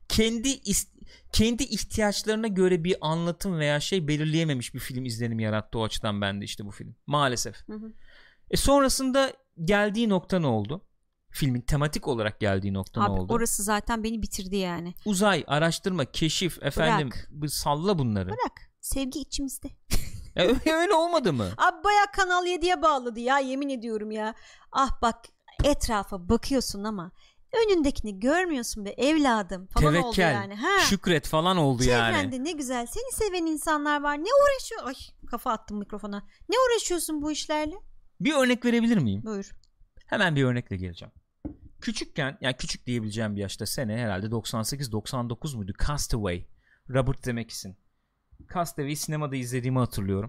Speaker 1: Kendi ihtiyaçlarına göre bir anlatım veya şey belirleyememiş bir film izlenimi yarattı o açıdan bende işte bu film. Maalesef. Sonrasında geldiği nokta ne oldu? Filmin tematik olarak geldiği nokta
Speaker 2: abi,
Speaker 1: ne oldu?
Speaker 2: Orası zaten beni bitirdi yani.
Speaker 1: Uzay, araştırma, keşif efendim, salla bunları.
Speaker 2: Bırak. Sevgi içimizde.
Speaker 1: Öyle olmadı mı?
Speaker 2: Abi bayağı Kanal 7'ye bağladı ya, yemin ediyorum ya. Ah bak, etrafa bakıyorsun ama önündekini görmüyorsun be evladım falan.
Speaker 1: Tevekkel,
Speaker 2: oldu yani.
Speaker 1: şükret falan oldu yani.
Speaker 2: Çevrende ne güzel seni seven insanlar var. Ne uğraşıyor? Ay, kafa attım mikrofona. Ne uğraşıyorsun bu işlerle?
Speaker 1: Bir örnek verebilir miyim?
Speaker 2: Buyur.
Speaker 1: Hemen bir örnekle geleceğim. Küçükken, yani küçük diyebileceğim bir yaşta, sene herhalde 98-99 muydu? Castaway. Robert Zemeckis'in. Castaway'i sinemada izlediğimi hatırlıyorum.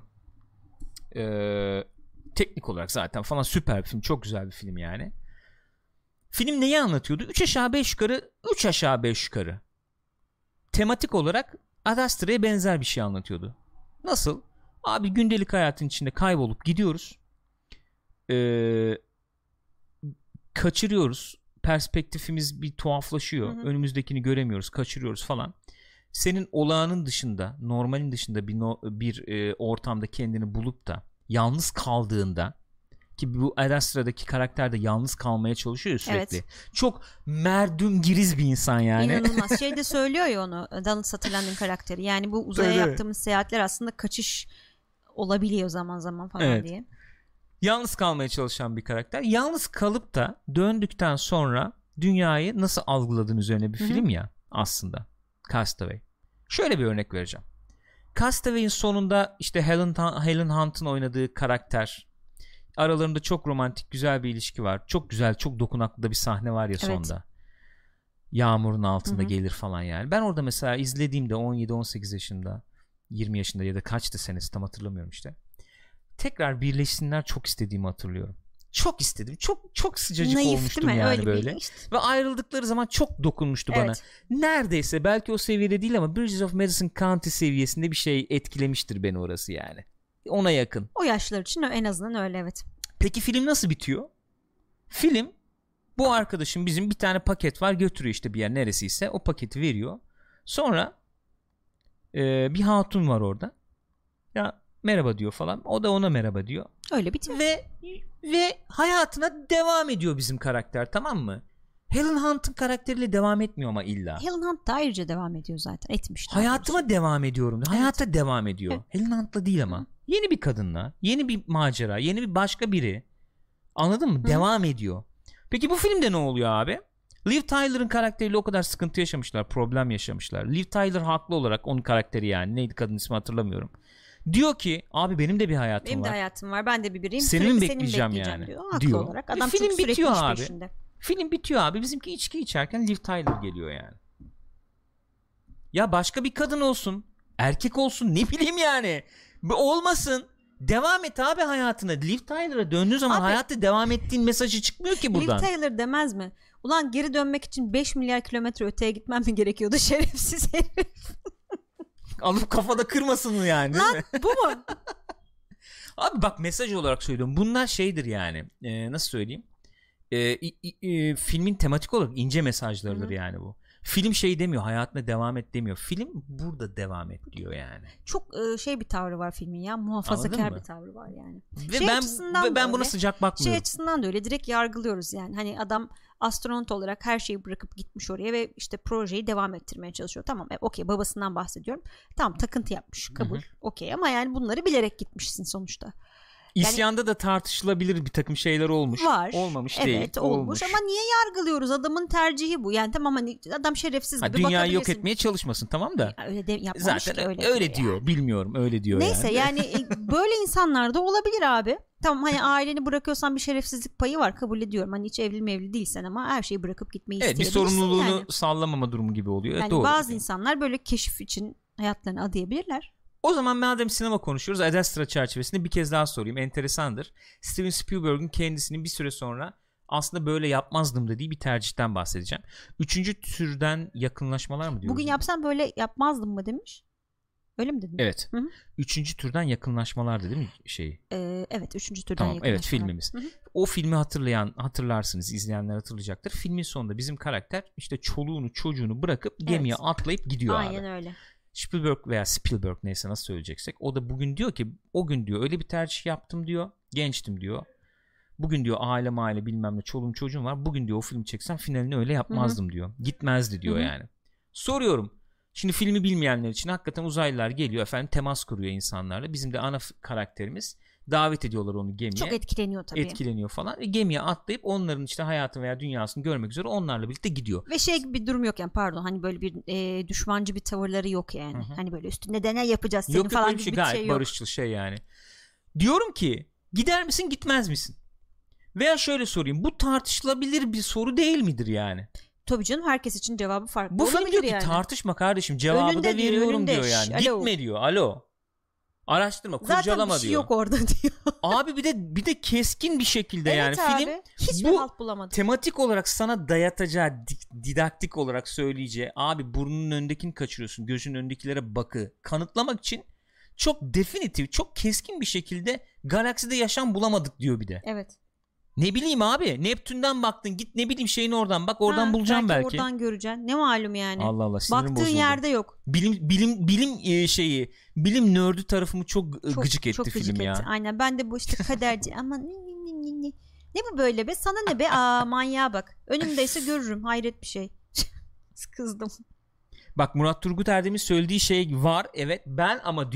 Speaker 1: Teknik olarak zaten falan süper bir film. Çok güzel bir film yani. Film neyi anlatıyordu? 3 aşağı 5 yukarı. 3 aşağı 5 yukarı. Tematik olarak Ad Astra'ya benzer bir şey anlatıyordu. Nasıl? Abi gündelik hayatın içinde kaybolup gidiyoruz. kaçırıyoruz. Perspektifimiz bir tuhaflaşıyor. Hı hı. Önümüzdekini göremiyoruz, kaçırıyoruz falan. Senin olağanın dışında, normalin dışında bir ortamda kendini bulup da yalnız kaldığında, ki bu Ad Astra'daki karakter de yalnız kalmaya çalışıyor sürekli. Evet. Çok merdümgiriz bir insan yani.
Speaker 2: İnanılmaz. Şey de söylüyor ya onu, Donald Sutherland'ın karakteri. Yani bu uzaya yaptığımız seyahatler aslında kaçış olabiliyor zaman zaman falan diye.
Speaker 1: Yalnız kalmaya çalışan bir karakter. Yalnız kalıp da döndükten sonra dünyayı nasıl algıladığın üzerine bir film ya aslında. Castaway. Şöyle bir örnek vereceğim. Castaway'in sonunda işte Helen Hunt'ın oynadığı karakter, aralarında çok romantik güzel bir ilişki var. Çok güzel, çok dokunaklı da bir sahne var ya sonda. Yağmurun altında gelir falan yani. Ben orada mesela izlediğimde 17-18 yaşında, 20 yaşında ya da kaçtı senesi tam hatırlamıyorum işte. Tekrar birleşsinler çok istediğimi hatırlıyorum. Çok istedim. Çok sıcacık naif, olmuştum yani öyle böyle. İşte. Ve ayrıldıkları zaman çok dokunmuştu bana. Neredeyse belki o seviyede değil ama Bridges of Madison County seviyesinde bir şey etkilemiştir beni orası yani. Ona yakın.
Speaker 2: O yaşlar için en azından öyle, evet.
Speaker 1: Peki film nasıl bitiyor? Film, bu arkadaşım bizim bir tane paket var, götürüyor işte bir yer neresiyse, o paketi veriyor. Sonra bir hatun var orada. Ya merhaba diyor falan. O da ona merhaba diyor.
Speaker 2: Öyle bitiyor.
Speaker 1: Ve hayatına devam ediyor bizim karakter, tamam mı? Helen Hunt'ın karakteriyle devam etmiyor ama illa.
Speaker 2: Helen Hunt da ayrıca devam ediyor zaten. Etmiş.
Speaker 1: Hayatıma devam ediyorum. Evet. Hayata devam ediyor. Evet. Helen Hunt'la değil ama. Hı. Yeni bir kadınla, yeni bir macera, yeni bir başka biri. Anladın mı? Hı. Devam ediyor. Peki bu filmde ne oluyor abi? Liv Tyler'ın karakteriyle o kadar sıkıntı yaşamışlar, problem yaşamışlar. Liv Tyler haklı olarak, onun karakteri yani. Neydi kadın ismi hatırlamıyorum. Diyor ki abi benim de bir hayatım var.
Speaker 2: Benim de hayatım var. Ben de bir biriyim.
Speaker 1: Senin mi bekleyeceğim yani?
Speaker 2: Diyor. Haklı olarak. Adam
Speaker 1: film
Speaker 2: çünkü
Speaker 1: bitiyor abi.
Speaker 2: Peşinde.
Speaker 1: Film bitiyor abi. Bizimki içki içerken Liv Tyler geliyor yani. Ya başka bir kadın olsun, erkek olsun, ne bileyim yani. Olmasın. Devam et abi hayatına. Liv Tyler'a döndüğün zaman hayatta devam ettiğin mesajı çıkmıyor ki buradan.
Speaker 2: Liv Tyler demez mi? Ulan geri dönmek için 5 milyar kilometre öteye gitmem mi gerekiyordu şerefsiz herif?
Speaker 1: Alıp kafada kırmasın mı yani?
Speaker 2: Lan bu mu?
Speaker 1: Abi bak, mesaj olarak söylüyorum. Bunlar şeydir yani. Nasıl söyleyeyim? Filmin tematik olarak ince mesajlarıdır yani bu. Film şey demiyor, hayatına devam et demiyor. Film burada devam et diyor yani.
Speaker 2: Çok şey bir tavrı var filmin ya, muhafazakar bir tavrı var yani.
Speaker 1: Ve şey ben buna sıcak bakmıyorum.
Speaker 2: Şey açısından da öyle, direkt yargılıyoruz yani. Hani adam astronot olarak her şeyi bırakıp gitmiş oraya ve işte projeyi devam ettirmeye çalışıyor. Tamam, okey, babasından bahsediyorum. Tamam, takıntı yapmış, kabul. Okey, ama yani bunları bilerek gitmişsin sonuçta.
Speaker 1: İsyanda da tartışılabilir bir takım şeyler olmuş.
Speaker 2: Var.
Speaker 1: Olmamış değil.
Speaker 2: Evet, olmuş ama niye yargılıyoruz? Adamın tercihi bu. Yani tamam, hani adam şerefsiz gibi bakabilirsin.
Speaker 1: Dünyayı yok etmeye çalışmasın, tamam da.
Speaker 2: Öyle de yapmamış
Speaker 1: zaten
Speaker 2: ki
Speaker 1: öyle diyor. Yani. Bilmiyorum, öyle diyor.
Speaker 2: Neyse yani böyle insanlar da olabilir abi. Tamam, hani aileni bırakıyorsan bir şerefsizlik payı var, kabul ediyorum. Hani hiç evli değilsen ama her şeyi bırakıp gitmeyi isteyebilirsin.
Speaker 1: Evet, bir sorumluluğunu yani sallamama durumu gibi oluyor.
Speaker 2: Yani
Speaker 1: doğru.
Speaker 2: Bazı insanlar böyle keşif için hayatlarını adayabilirler.
Speaker 1: O zaman madem sinema konuşuyoruz, Ad Astra çerçevesinde bir kez daha sorayım. Enteresandır. Steven Spielberg'ün kendisinin bir süre sonra aslında böyle yapmazdım dediği bir tercihten bahsedeceğim. 3. türden yakınlaşmalar mı diyoruz?
Speaker 2: Bugün yapsam böyle yapmazdım mı demiş? Öyle mi dedin?
Speaker 1: Evet. 3. türden yakınlaşmalar dedi mi şeyi?
Speaker 2: Evet, 3. türden
Speaker 1: tamam,
Speaker 2: yakınlaşmalar.
Speaker 1: Evet, filmimiz. O filmi hatırlarsınız, izleyenler hatırlayacaktır. Filmin sonunda bizim karakter işte çoluğunu çocuğunu bırakıp gemiye atlayıp gidiyor.
Speaker 2: Aynen öyle.
Speaker 1: Spielberg neyse nasıl söyleyeceksek, o da bugün diyor ki, o gün diyor öyle bir tercih yaptım diyor, gençtim diyor, bugün diyor aile bilmem ne, çoluğum çocuğum var, bugün diyor o filmi çeksem finalini öyle yapmazdım diyor, gitmezdi diyor. Yani soruyorum şimdi, filmi bilmeyenler için hakikaten uzaylılar geliyor efendim, temas kuruyor insanlarla, bizim de ana karakterimiz, davet ediyorlar onu gemiye,
Speaker 2: çok etkileniyor tabii,
Speaker 1: etkileniyor falan, gemiye atlayıp onların işte hayatını veya dünyasını görmek üzere onlarla birlikte gidiyor.
Speaker 2: Ve şey gibi bir durum yok yani, pardon, hani böyle bir düşmancı bir tavırları yok yani. Hani böyle üstüne de ne yapacağız senin
Speaker 1: yok,
Speaker 2: falan
Speaker 1: gibi
Speaker 2: bir
Speaker 1: gayet
Speaker 2: şey yok.
Speaker 1: Barışçıl şey yani. Diyorum ki gider misin gitmez misin? Veya şöyle sorayım, bu tartışılabilir bir soru değil midir yani?
Speaker 2: Tabii canım, herkes için cevabı farklı.
Speaker 1: Bu film diyor ki tartışma kardeşim, cevabı önünde da veriyorum diyor yani. Gitme diyor, alo. Araştırma, kurcalama diyor.
Speaker 2: Zaten bir şey yok orada diyor.
Speaker 1: Abi bir de keskin bir şekilde evet yani abi, film
Speaker 2: hiçbir halt bulamadım.
Speaker 1: Tematik olarak sana dayatacağı, didaktik olarak söyleyeceği, abi burnunun önündekini kaçırıyorsun, gözünün önündekilere bakı kanıtlamak için çok definitif, çok keskin bir şekilde galakside yaşam bulamadık diyor bir de.
Speaker 2: Evet.
Speaker 1: Ne bileyim abi, Neptün'den baktın, git ne bileyim şeyin oradan bak, oradan bulacağım belki.
Speaker 2: Oradan göreceksin. Ne malum yani.
Speaker 1: Allah Allah, sinirim
Speaker 2: baktığın
Speaker 1: bozuldu.
Speaker 2: yerde yok.
Speaker 1: Bilim nördü tarafımı çok gıcık etti
Speaker 2: çok
Speaker 1: film
Speaker 2: gıcık
Speaker 1: ya.
Speaker 2: Etti. Aynen, ben de bu işte kaderci ama ne bu böyle be, sana ne be, manyağa bak. Önümdeyse görürüm, hayret bir şey. Kızdım.
Speaker 1: Bak, Murat Turgut Erdem'in söylediği şey var, evet, ben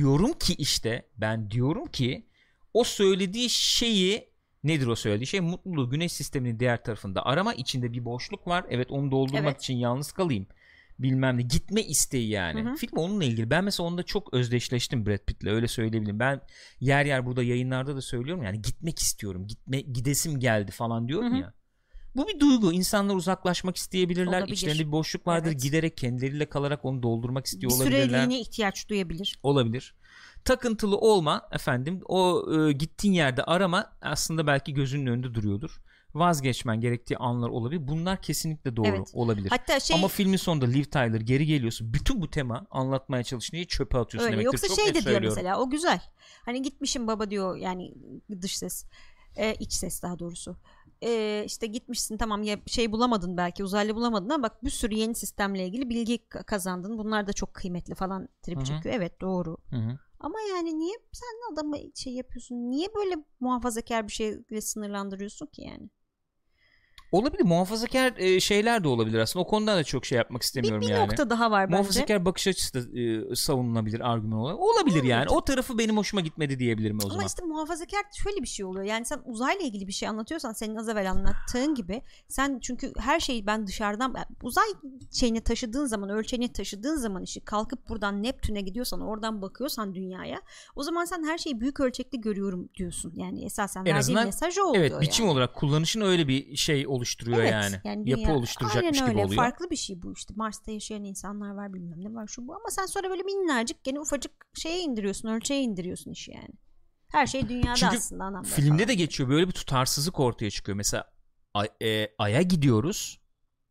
Speaker 1: diyorum ki o söylediği şeyi, nedir o söylediği şey? Mutluluğu güneş sisteminin diğer tarafında arama, içinde bir boşluk var, evet, onu doldurmak için yalnız kalayım, bilmem ne, gitme isteği yani. Hı-hı. Film onunla ilgili. Ben mesela onda çok özdeşleştim Brad Pitt'le, öyle söyleyebilirim. Ben yer yer burada yayınlarda da söylüyorum yani, gitmek istiyorum, gidesim geldi falan diyorum. Hı-hı. Ya. Bu bir duygu. İnsanlar uzaklaşmak isteyebilirler.
Speaker 2: Olabilir.
Speaker 1: İçlerinde bir boşluk vardır. Evet. Giderek kendileriyle kalarak onu doldurmak istiyor olabilirler. Bir
Speaker 2: süreliğine ihtiyaç duyabilir.
Speaker 1: Olabilir. Takıntılı olma efendim. O gittiğin yerde arama aslında belki gözünün önünde duruyordur. Vazgeçmen gerektiği anlar olabilir. Bunlar kesinlikle doğru olabilir.
Speaker 2: Hatta
Speaker 1: ama filmin sonunda Liv Tyler geri geliyorsun. Bütün bu tema anlatmaya çalışınca çöpe atıyorsun demektir.
Speaker 2: Yoksa
Speaker 1: çok
Speaker 2: şey de diyor mesela, o güzel. Hani gitmişim baba diyor, yani dış ses. İç ses daha doğrusu. İşte gitmişsin, tamam ya, şey bulamadın belki, uzaylı bulamadın ama bak bir sürü yeni sistemle ilgili bilgi kazandın. Bunlar da çok kıymetli falan trip çekiyor. Evet, doğru. Hı-hı. Ama yani niye sen adamı şey yapıyorsun? Niye böyle muhafazakar bir şeyle sınırlandırıyorsun ki yani?
Speaker 1: Olabilir. Muhafazakar şeyler de olabilir aslında. O konuda da çok şey yapmak istemiyorum yani.
Speaker 2: Bir nokta daha var bence.
Speaker 1: Muhafazakar bakış açısı da savunulabilir argüman olarak. Olabilir yani. O tarafı benim hoşuma gitmedi diyebilirim o zaman.
Speaker 2: Ama işte muhafazakar şöyle bir şey oluyor. Yani sen uzayla ilgili bir şey anlatıyorsan, senin az evvel anlattığın gibi, sen çünkü her şeyi ben dışarıdan, uzay şeyini taşıdığın zaman, ölçeğini taşıdığın zaman, işte kalkıp buradan Neptün'e gidiyorsan, oradan bakıyorsan dünyaya, o zaman sen her şeyi büyük ölçekli görüyorum diyorsun. Yani esasen verdiğin mesaj o oluyor.
Speaker 1: Evet, biçim olarak kullanışın öyle bir şey oluşturuyor yani dünya, yapı oluşturacakmış gibi oluyor.
Speaker 2: Farklı bir şey bu işte. Mars'ta yaşayan insanlar var, bilmem ne var, şu bu, ama sen sonra böyle minnacık, gene ufacık şeye indiriyorsun, ölçeğe indiriyorsun işi yani. Her şey dünyada. Çünkü aslında anlamda.
Speaker 1: Filmde
Speaker 2: falan
Speaker 1: de geçiyor, böyle bir tutarsızlık ortaya çıkıyor. Mesela Ay'a gidiyoruz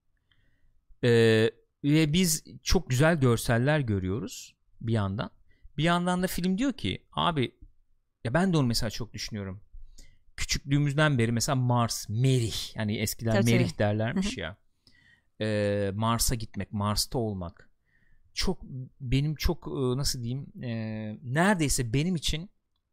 Speaker 1: ve biz çok güzel görseller görüyoruz bir yandan. Bir yandan da film diyor ki abi, ya ben de onu mesela çok düşünüyorum. Küçüklüğümüzden beri mesela Mars, Merih, hani eskiden Merih derlermiş ya. Mars'a gitmek, Mars'ta olmak çok, benim çok nasıl diyeyim, neredeyse benim için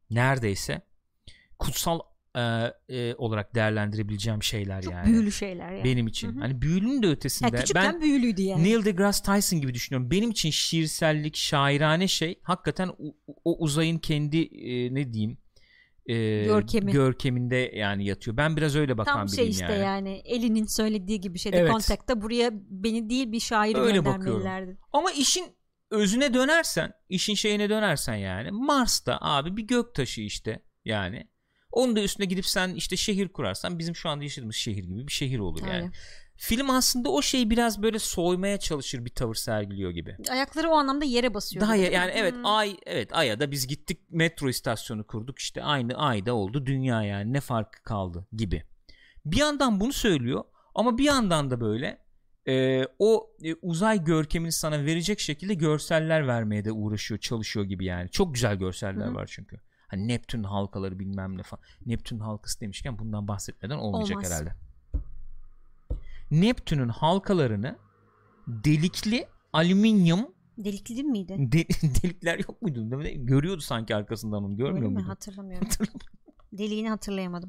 Speaker 1: kutsal olarak değerlendirebileceğim şeyler
Speaker 2: çok
Speaker 1: yani.
Speaker 2: Çok büyülü şeyler yani.
Speaker 1: Benim için. Hı-hı. Hani büyülünün de ötesinde.
Speaker 2: Ya küçükken büyülüydü yani.
Speaker 1: Neil deGrasse Tyson gibi düşünüyorum. Benim için şiirsellik, şairane şey hakikaten o uzayın kendi ne diyeyim, görkeminde yani yatıyor. Ben biraz öyle bakan biriyim yani.
Speaker 2: Tam şey işte yani Elinin söylediği gibi şeyde, evet. Contact'ta buraya beni değil bir şairi öyle göndermelilerdi.
Speaker 1: Ama işin özüne dönersen, işin şeyine dönersen yani Mars'ta abi bir göktaşı işte yani. Onun da üstüne gidip sen işte şehir kurarsan bizim şu anda yaşadığımız şehir gibi bir şehir olur yani. Öyle. Film aslında o şeyi biraz böyle soymaya çalışır bir tavır sergiliyor gibi.
Speaker 2: Ayakları o anlamda yere basıyor.
Speaker 1: Daha yani evet, Ay'a da biz gittik, metro istasyonu kurduk, işte aynı Ay'da oldu dünya, yani ne farkı kaldı gibi. Bir yandan bunu söylüyor ama bir yandan da böyle uzay görkemini sana verecek şekilde görseller vermeye de uğraşıyor, çalışıyor gibi yani. Çok güzel görseller var çünkü. Hani Neptün halkaları bilmem ne falan. Neptün halkası demişken bundan bahsetmeden olmayacak herhalde. Neptün'ün halkalarını delikli alüminyum,
Speaker 2: delikli değil miydi?
Speaker 1: Delikler yok muydu? Görüyordu sanki arkasından onu. Görmüyor muydu?
Speaker 2: Hatırlamıyorum. Deliğini hatırlayamadım.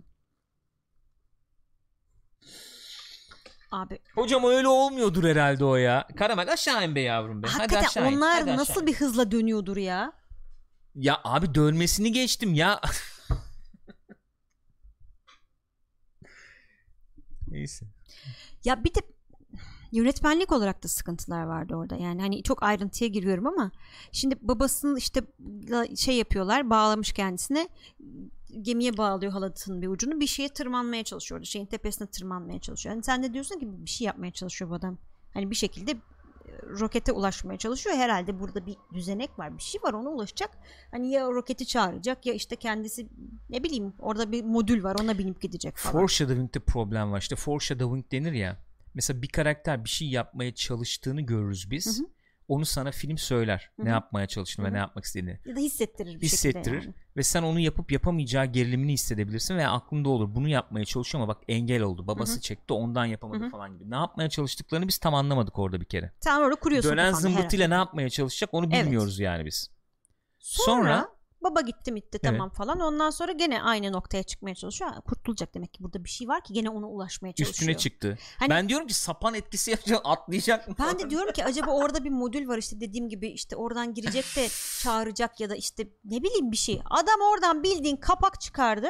Speaker 2: Abi.
Speaker 1: Hocam öyle olmuyordur herhalde o ya. Karamel aşağı in be yavrum be.
Speaker 2: Hakikaten hadi aşağı in. Onlar hadi nasıl bir hızla dönüyordur ya?
Speaker 1: Ya abi dönmesini geçtim ya. Neyse.
Speaker 2: Ya bir de yönetmenlik olarak da sıkıntılar vardı orada. Yani hani çok ayrıntıya giriyorum ama şimdi babasının işte şey yapıyorlar, bağlamış kendisine, gemiye bağlıyor halatının bir ucunu, bir şeye tırmanmaya çalışıyor. Şeyin tepesine tırmanmaya çalışıyor. Yani sen de diyorsun ki bir şey yapmaya çalışıyor bu adam. Hani bir şekilde rokete ulaşmaya çalışıyor. Herhalde burada bir düzenek var, bir şey var, ona ulaşacak. Hani ya roketi çağıracak ya işte kendisi, ne bileyim, orada bir modül var, ona binip gidecek falan.
Speaker 1: Foreshadowing'de problem var. İşte foreshadowing denir ya. Mesela bir karakter bir şey yapmaya çalıştığını görürüz biz. Hı hı. onu sana film söyler. Ne yapmaya çalıştığını ve ne yapmak istediğini.
Speaker 2: Ya da hissettirir bir şekilde yani.
Speaker 1: Ve sen onu yapıp yapamayacağı gerilimini hissedebilirsin ve aklında olur. Bunu yapmaya çalışıyor ama bak engel oldu. Babası çekti, ondan yapamadı falan gibi. Ne yapmaya çalıştıklarını biz tam anlamadık orada bir kere.
Speaker 2: Sen orada kuruyorsun.
Speaker 1: Dönen zımbırtıyla ne yapmaya çalışacak onu bilmiyoruz yani biz. Sonra
Speaker 2: baba gitti tamam falan. Ondan sonra gene aynı noktaya çıkmaya çalışıyor. Kurtulacak demek ki burada bir şey var ki gene ona ulaşmaya çalışıyor.
Speaker 1: Üstüne çıktı. Hani, ben diyorum ki sapan etkisi yapacak, atlayacak mı?
Speaker 2: Ben de diyorum ki acaba orada bir modül var işte dediğim gibi işte oradan girecek de çağıracak ya da işte ne bileyim bir şey. Adam oradan bildiğin kapak çıkardı.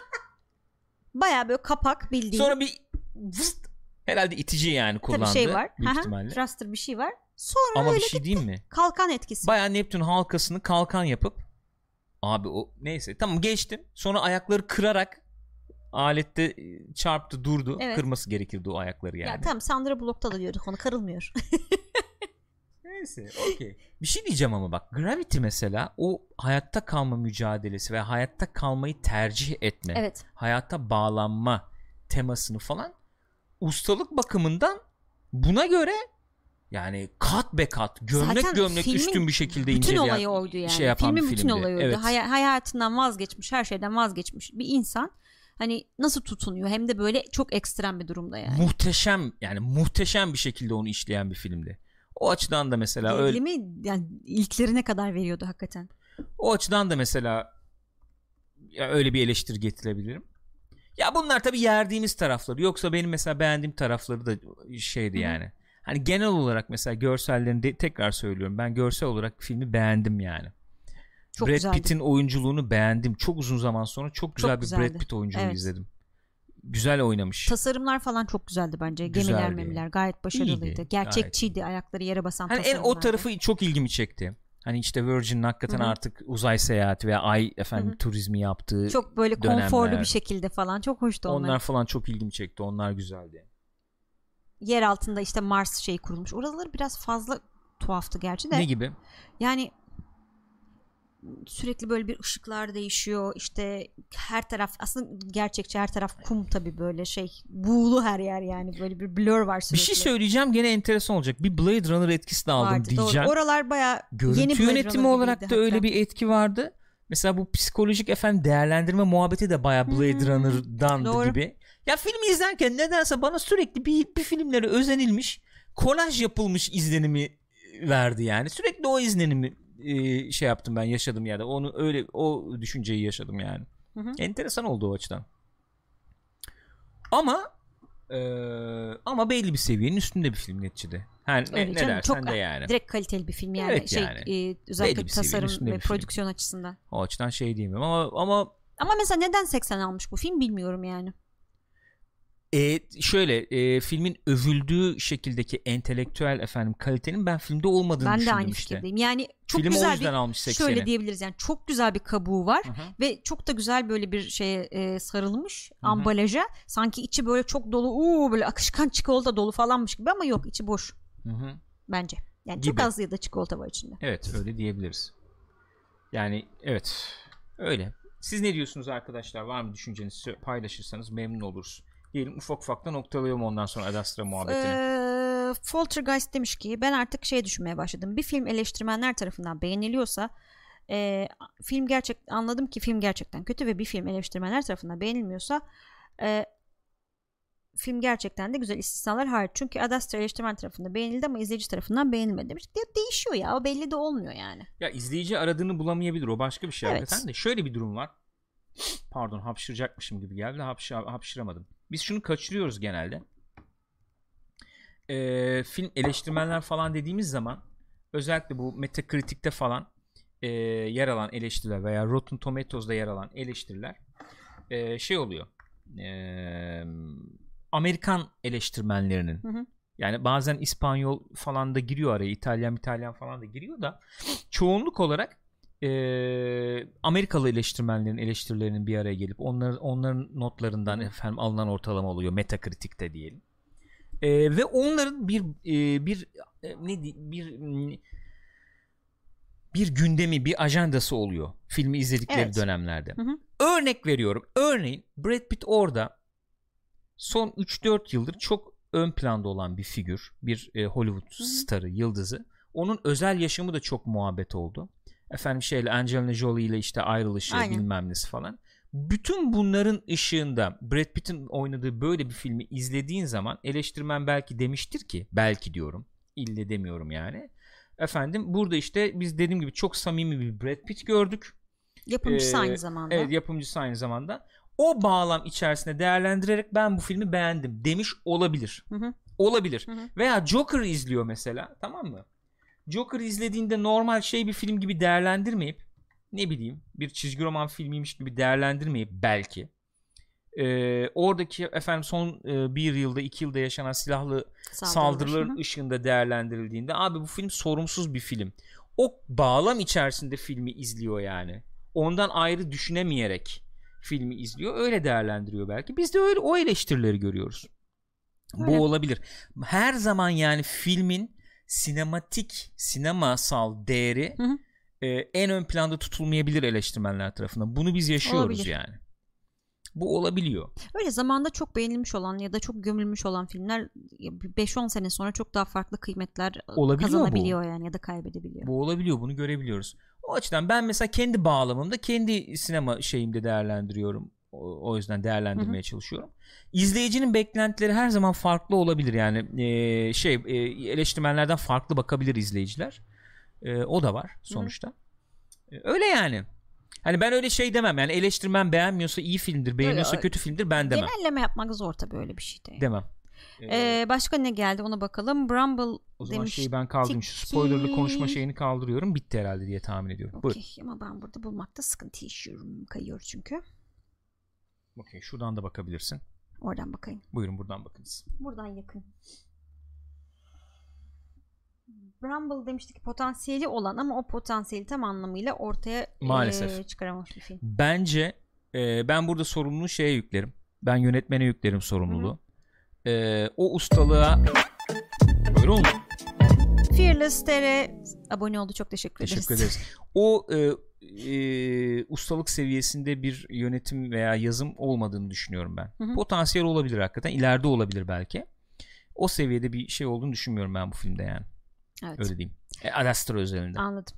Speaker 2: Bayağı böyle kapak bildiğin.
Speaker 1: Sonra bir herhalde itici yani kullandı.
Speaker 2: Tabii şey var.
Speaker 1: Büyük ihtimalle.
Speaker 2: Thruster bir şey var. Sonra
Speaker 1: ama
Speaker 2: öyle
Speaker 1: bir şey diyeyim mi?
Speaker 2: Kalkan etkisi.
Speaker 1: Bayağı Neptün halkasını kalkan yapıp abi o neyse tamam geçtim. Sonra ayakları kırarak alette çarptı durdu. Evet. Kırması gerekirdi o ayakları yani.
Speaker 2: Ya tamam Sandra Bullock'ta da diyorduk onu kırılmıyor.
Speaker 1: Neyse okey. Bir şey diyeceğim ama bak Gravity mesela o hayatta kalma mücadelesi ve hayatta kalmayı tercih etme.
Speaker 2: Evet.
Speaker 1: Hayata bağlanma temasını falan ustalık bakımından buna göre yani kat be kat gömlek üstün bir şekilde inceleyen
Speaker 2: bütün olayı oydu yani.
Speaker 1: Şey yapan
Speaker 2: filmin
Speaker 1: bir
Speaker 2: bütün olayı oydu. Evet. Hayatından vazgeçmiş, her şeyden vazgeçmiş bir insan hani nasıl tutunuyor hem de böyle çok ekstrem bir durumda yani.
Speaker 1: Muhteşem bir şekilde onu işleyen bir filmdi. O açıdan da mesela
Speaker 2: öyle yani ilklerine kadar veriyordu hakikaten.
Speaker 1: O açıdan da mesela ya öyle bir eleştiri getirebilirim. Ya bunlar tabii yerdiğimiz tarafları. Yoksa benim mesela beğendiğim tarafları da şeydi yani. Hani genel olarak mesela görsellerini tekrar söylüyorum. Ben görsel olarak filmi beğendim yani.
Speaker 2: Çok
Speaker 1: Brad Pitt'in oyunculuğunu beğendim. Çok uzun zaman sonra çok güzel bir Brad Pitt oyunculuğu izledim. Güzel oynamış.
Speaker 2: Tasarımlar falan çok güzeldi bence. Güzeldi. Gemiler memiler gayet başarılıydı. İyiydi,
Speaker 1: gerçekçiydi.
Speaker 2: Gayet. Ayakları yere basan
Speaker 1: hani
Speaker 2: tasarımlardı.
Speaker 1: O tarafı çok ilgimi çekti. Hani işte Virgin'in hakikaten artık uzay seyahati ve ay turizmi yaptığı
Speaker 2: çok böyle
Speaker 1: dönemler.
Speaker 2: Konforlu bir şekilde falan çok hoştu onlar.
Speaker 1: Onlar falan çok ilgimi çekti. Onlar güzeldi.
Speaker 2: Yer altında işte Mars şeyi kurulmuş. Oraları biraz fazla tuhaftı gerçi de.
Speaker 1: Ne gibi?
Speaker 2: Yani sürekli böyle bir ışıklar değişiyor işte her taraf aslında gerçekçi her taraf kum tabii böyle buğulu her yer yani böyle bir blur var sürekli.
Speaker 1: Bir şey söyleyeceğim gene enteresan olacak bir Blade Runner etkisi de aldım vardı, diyeceğim.
Speaker 2: Doğru. Oralar bayağı
Speaker 1: görüntü
Speaker 2: yeni
Speaker 1: yönetimi olarak da öyle bir etki vardı. Mesela bu psikolojik değerlendirme muhabbeti de bayağı Blade Runner'dandı gibi. Ya filmi izlerken nedense bana sürekli bir filmlere özenilmiş kolaj yapılmış izlenimi verdi yani sürekli o izlenimi şey yaptım ben yaşadım yani o düşünceyi yaşadım yani. Enteresan oldu o açıdan. Ama belli bir seviyenin üstünde bir film neticede. Ne dersen
Speaker 2: çok
Speaker 1: de yani.
Speaker 2: Direkt kaliteli bir film yani.
Speaker 1: Evet yani.
Speaker 2: Özellikle tasarım ve prodüksiyon açısından.
Speaker 1: O açıdan şey diyemiyorum
Speaker 2: ama mesela neden 80 almış bu film bilmiyorum yani.
Speaker 1: Filmin övüldüğü şekildeki entelektüel kalitenin ben filmde olmadığını düşündüm işte. Ben de aynı fikirdeyim.
Speaker 2: Yani çok
Speaker 1: film
Speaker 2: güzel
Speaker 1: o yüzden almış 80'i.
Speaker 2: Şöyle diyebiliriz yani çok güzel bir kabuğu var ve çok da güzel böyle bir şeye sarılmış ambalaja. Sanki içi böyle çok dolu böyle akışkan çikolata dolu falanmış gibi ama yok içi boş. Bence. Yani gibi. Çok az ya da çikolata var içinde.
Speaker 1: Evet öyle diyebiliriz. Yani evet öyle. Siz ne diyorsunuz arkadaşlar? Var mı düşünceniz paylaşırsanız memnun oluruz. Diyelim ufak da noktalayalım ondan sonra Ad Astra muhabbetini.
Speaker 2: Poltergeist demiş ki ben artık düşünmeye başladım. Bir film eleştirmenler tarafından beğeniliyorsa anladım ki film gerçekten kötü ve bir film eleştirmenler tarafından beğenilmiyorsa film gerçekten de güzel istisnalar hariç. Çünkü Ad Astra eleştirmen tarafından beğenildi ama izleyici tarafından beğenilmedi demiş. Değişiyor ya o belli de olmuyor yani.
Speaker 1: Ya izleyici aradığını bulamayabilir o başka bir şey. Evet. De şöyle bir durum var. Pardon hapşıracakmışım gibi geldi hapşıramadım. Biz şunu kaçırıyoruz genelde. Film eleştirmenler falan dediğimiz zaman özellikle bu Metacritic'te falan yer alan eleştiriler veya Rotten Tomatoes'da yer alan eleştiriler oluyor. Amerikan eleştirmenlerinin yani bazen İspanyol falan da giriyor araya, İtalyan falan da giriyor da çoğunluk olarak Amerikalı eleştirmenlerin eleştirilerinin bir araya gelip onların notlarından alınan ortalama oluyor Metacritic'te diyelim. Ve onların bir gündemi, bir ajandası oluyor filmi izledikleri dönemlerde. Örnek veriyorum. Örneğin Brad Pitt orada son 3-4 yıldır çok ön planda olan bir figür, bir Hollywood starı, yıldızı. Onun özel yaşamı da çok muhabbet oldu. Efendim Angelina Jolie ile işte ayrılışı, bilmem nesi falan. Bütün bunların ışığında Brad Pitt'in oynadığı böyle bir filmi izlediğin zaman eleştirmen belki demiştir ki, belki diyorum, ille demiyorum yani. Efendim burada işte biz dediğim gibi çok samimi bir Brad Pitt gördük.
Speaker 2: Yapımcısı aynı zamanda.
Speaker 1: Evet, yapımcısı aynı zamanda. O bağlam içerisinde değerlendirerek ben bu filmi beğendim demiş olabilir.
Speaker 2: Hı.
Speaker 1: Olabilir.
Speaker 2: Hı.
Speaker 1: Veya Joker izliyor mesela, tamam mı? Joker izlediğinde normal bir film gibi değerlendirmeyip, ne bileyim, bir çizgi roman filmiymiş gibi değerlendirmeyip belki oradaki efendim son 1 yılda 2 yılda yaşanan silahlı saldırıların ışığında değerlendirildiğinde, abi bu film sorumsuz bir film. O bağlam içerisinde filmi izliyor yani. Ondan ayrı düşünemeyerek filmi izliyor. Öyle değerlendiriyor belki. Biz de öyle o eleştirileri görüyoruz. Öyle. Bu olabilir. Her zaman yani filmin sinemasal değeri en ön planda tutulmayabilir eleştirmenler tarafından. Bunu biz yaşıyoruz olabilir. Yani. Bu olabiliyor.
Speaker 2: Öyle zamanda çok beğenilmiş olan ya da çok gömülmüş olan filmler 5-10 sene sonra çok daha farklı kıymetler olabiliyor kazanabiliyor yani ya da kaybedebiliyor.
Speaker 1: Bu olabiliyor. Bunu görebiliyoruz. O açıdan ben mesela kendi bağlamımda, kendi sinema şeyimde değerlendiriyorum. O yüzden değerlendirmeye çalışıyorum. İzleyicinin beklentileri her zaman farklı olabilir. Yani eleştirmenlerden farklı bakabilir izleyiciler. O da var sonuçta. Öyle yani. Hani ben öyle demem. Yani eleştirmen beğenmiyorsa iyi filmdir, beğeniyorsa kötü filmdir ben demem.
Speaker 2: Genelleme yapmak zor tabii, öyle bir şey değil.
Speaker 1: Demem.
Speaker 2: Başka ne geldi ona bakalım. Bramble
Speaker 1: o zaman ben kaldırayım. Şu spoilerlı konuşma şeyini kaldırıyorum. Bitti herhalde diye tahmin ediyorum.
Speaker 2: Okay. Ama ben burada bulmakta sıkıntı yaşıyorum. Kayıyor çünkü.
Speaker 1: Okey. Şuradan da bakabilirsin.
Speaker 2: Oradan bakayım.
Speaker 1: Buyurun, buradan bakınız.
Speaker 2: Buradan yakın. Bramble demiştik ki potansiyeli olan ama o potansiyeli tam anlamıyla ortaya çıkaramamış bir film.
Speaker 1: Bence ben burada sorumluluğu yüklerim. Ben yönetmene yüklerim sorumluluğu. O ustalığa böyle oldu.
Speaker 2: Fearless TR abone oldu. Çok teşekkür
Speaker 1: ederiz. O ustalık seviyesinde bir yönetim veya yazım olmadığını düşünüyorum ben. Potansiyel olabilir hakikaten. İleride olabilir belki. O seviyede bir şey olduğunu düşünmüyorum ben bu filmde yani.
Speaker 2: Evet.
Speaker 1: Öyle diyeyim. Ad Astra özelinde.
Speaker 2: Anladım.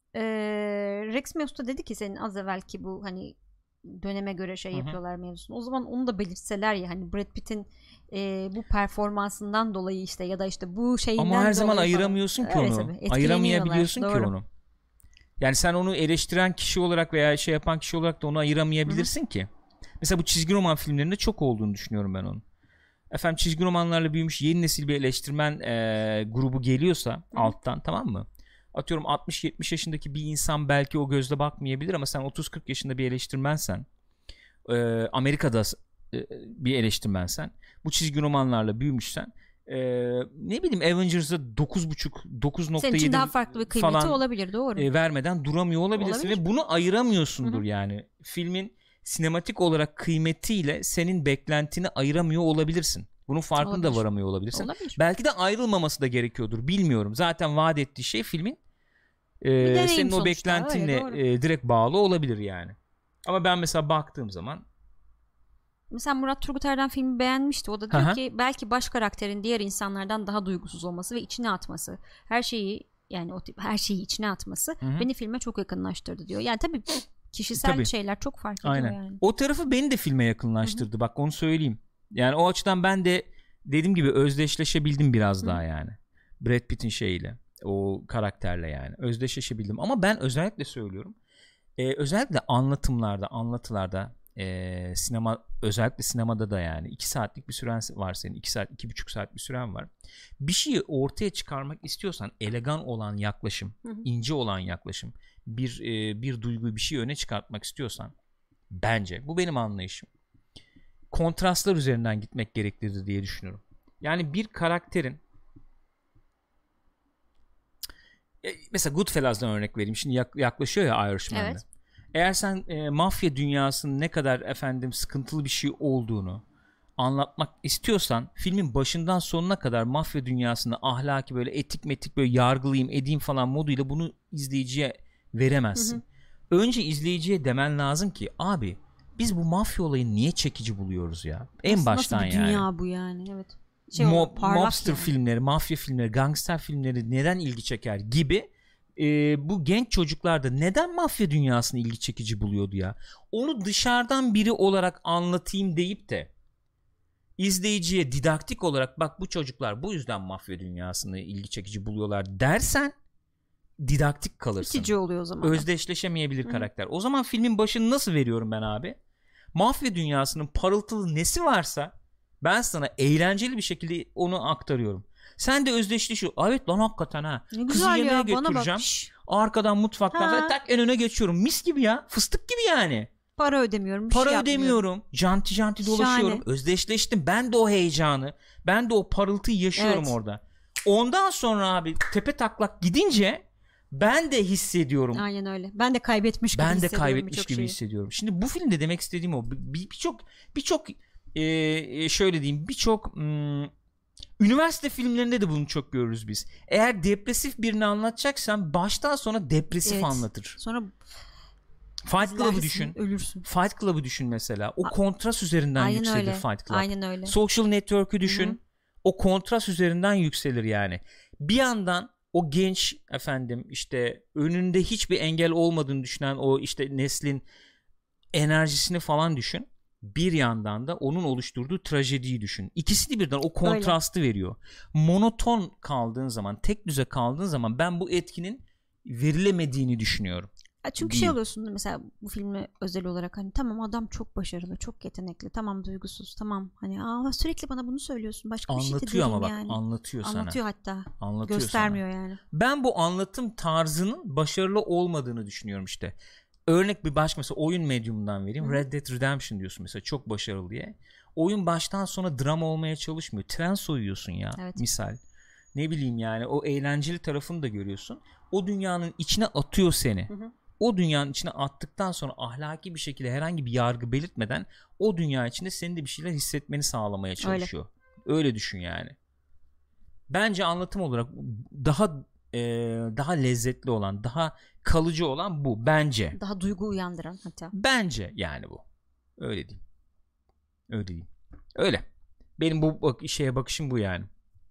Speaker 2: Rex Meus dedi ki senin az evvelki bu hani döneme göre yapıyorlar mevzusunu. O zaman onu da belirtseler ya, hani Brad Pitt'in bu performansından dolayı işte ya da işte bu şeyinden dolayı.
Speaker 1: Ama her zaman ayıramıyorsun ki onu. Ayıramayabiliyorsun ki onu. Yani sen onu eleştiren kişi olarak veya yapan kişi olarak da onu ayıramayabilirsin ki. Mesela bu çizgi roman filmlerinde çok olduğunu düşünüyorum ben onun. Efendim çizgi romanlarla büyümüş yeni nesil bir eleştirmen grubu geliyorsa alttan, tamam mı? Atıyorum 60-70 yaşındaki bir insan belki o gözle bakmayabilir ama sen 30-40 yaşında bir eleştirmensen, Amerika'da bir eleştirmensen, bu çizgi romanlarla büyümüşsen, ne bileyim Avengers'a 9.5-9.7
Speaker 2: senin için daha farklı bir kıymeti falan olabilir, doğru.
Speaker 1: Vermeden duramıyor olabilirsin ve bunu ayıramıyorsundur yani. Filmin sinematik olarak kıymetiyle senin beklentini ayıramıyor olabilirsin. Bunun farkında da varamıyor olabilirsin. Belki de ayrılmaması da gerekiyordur. Bilmiyorum. Zaten vaat ettiği şey filmin senin o beklentinle direkt bağlı olabilir yani. Ama ben mesela baktığım zaman,
Speaker 2: mesela Murat Turguter'den filmi beğenmişti. O da diyor ki belki baş karakterin diğer insanlardan daha duygusuz olması ve içine atması, her şeyi yani o tip her şeyi içine atması beni filme çok yakınlaştırdı diyor. Yani tabii kişisel şeyler çok fark ediyor.
Speaker 1: Aynen.
Speaker 2: Yani.
Speaker 1: O tarafı beni de filme yakınlaştırdı. Bak onu söyleyeyim. Yani o açıdan ben de dediğim gibi özdeşleşebildim biraz daha yani. Brad Pitt'in şeyiyle, o karakterle yani özdeşleşebildim. Ama ben özellikle söylüyorum. Özellikle anlatılarda sinema, özellikle sinemada da yani 2 saatlik bir süren var senin. 2 saat, 2,5 saat bir süren var. Bir şeyi ortaya çıkarmak istiyorsan elegan olan yaklaşım, ince olan yaklaşım, bir duyguyu, bir şey öne çıkartmak istiyorsan, bence bu benim anlayışım, kontrastlar üzerinden gitmek gereklidir diye düşünüyorum. Yani bir karakterin, mesela Goodfellas'dan örnek vereyim. Şimdi yaklaşıyor ya Irishman'da. Evet. Eğer sen mafya dünyasının ne kadar sıkıntılı bir şey olduğunu anlatmak istiyorsan, filmin başından sonuna kadar mafya dünyasını ahlaki böyle etik metik böyle yargılayayım edeyim falan moduyla bunu izleyiciye veremezsin. Önce izleyiciye demen lazım ki abi biz bu mafya olayını niye çekici buluyoruz ya? En baştan
Speaker 2: nasıl bir
Speaker 1: yani.
Speaker 2: Dünya bu yani, evet.
Speaker 1: mobster filmleri, mafya filmleri, gangster filmleri neden ilgi çeker gibi bu genç çocuklarda neden mafya dünyasını ilgi çekici buluyordu ya? Onu dışarıdan biri olarak anlatayım deyip de izleyiciye didaktik olarak bak bu çocuklar bu yüzden mafya dünyasını ilgi çekici buluyorlar dersen didaktik kalırsın.
Speaker 2: İtici oluyor o zaman.
Speaker 1: Özdeşleşemeyebilir karakter. O zaman filmin başını nasıl veriyorum ben abi? Mafya dünyasının parıltılı nesi varsa ben sana eğlenceli bir şekilde onu aktarıyorum. Sen de özdeşleşiyor. Evet lan hakikaten ha. Kızı yemeğe götüreceğim. Arkadan mutfaktan tak en öne geçiyorum. Mis gibi ya. Fıstık gibi yani.
Speaker 2: Para ödemiyorum.
Speaker 1: Para ödemiyorum. Janti dolaşıyorum. Şahane. Özdeşleştim. Ben de o heyecanı, ben de o parıltıyı yaşıyorum orada. Ondan sonra abi tepe taklak gidince ben de hissediyorum.
Speaker 2: Aynen öyle. Ben de kaybetmiş gibi hissediyorum.
Speaker 1: Ben de kaybetmiş gibi hissediyorum. Şimdi bu filmde demek istediğim o. Birçok şöyle diyeyim, birçok üniversite filmlerinde de bunu çok görürüz biz. Eğer depresif birini anlatacaksan baştan sona depresif anlatır.
Speaker 2: Sonra
Speaker 1: Fight Club'ı düşün.
Speaker 2: Ölürsün.
Speaker 1: Fight Club'ı düşün mesela. O kontrast üzerinden yükselir Fight Club.
Speaker 2: Aynen öyle.
Speaker 1: Social Network'ü düşün. Hı-hı. O kontrast üzerinden yükselir yani. Bir yandan o genç işte önünde hiçbir engel olmadığını düşünen o işte neslin enerjisini falan düşün. Bir yandan da onun oluşturduğu trajediyi düşün. İkisini birden o kontrastı veriyor. Monoton kaldığın zaman, tek düze kaldığın zaman ben bu etkinin verilemediğini düşünüyorum.
Speaker 2: Çünkü şey oluyorsun mesela bu filme özel olarak hani tamam adam çok başarılı, çok yetenekli, tamam duygusuz, tamam hani sürekli bana bunu söylüyorsun. Başka bir şey de değil
Speaker 1: ama bak
Speaker 2: yani.
Speaker 1: anlatıyor sana.
Speaker 2: Anlatıyor hatta.
Speaker 1: Anlatıyor
Speaker 2: göstermiyor
Speaker 1: sana.
Speaker 2: Yani.
Speaker 1: Ben bu anlatım tarzının başarılı olmadığını düşünüyorum işte. Örnek bir başka mesela oyun medyumundan vereyim. Hı. Red Dead Redemption diyorsun mesela çok başarılı diye. Oyun baştan sona drama olmaya çalışmıyor. Tren soyuyorsun ya misal. Ne bileyim yani o eğlenceli tarafını da görüyorsun. O dünyanın içine atıyor seni. Hı. O dünyanın içine attıktan sonra ahlaki bir şekilde herhangi bir yargı belirtmeden o dünya içinde senin de bir şeyler hissetmeni sağlamaya çalışıyor. Öyle düşün yani. Bence anlatım olarak daha lezzetli olan, daha kalıcı olan bu bence.
Speaker 2: Daha duygu uyandıran hatta.
Speaker 1: Bence yani bu. Öyle diyeyim. Öyle. Benim bu şeye bakışım bu yani.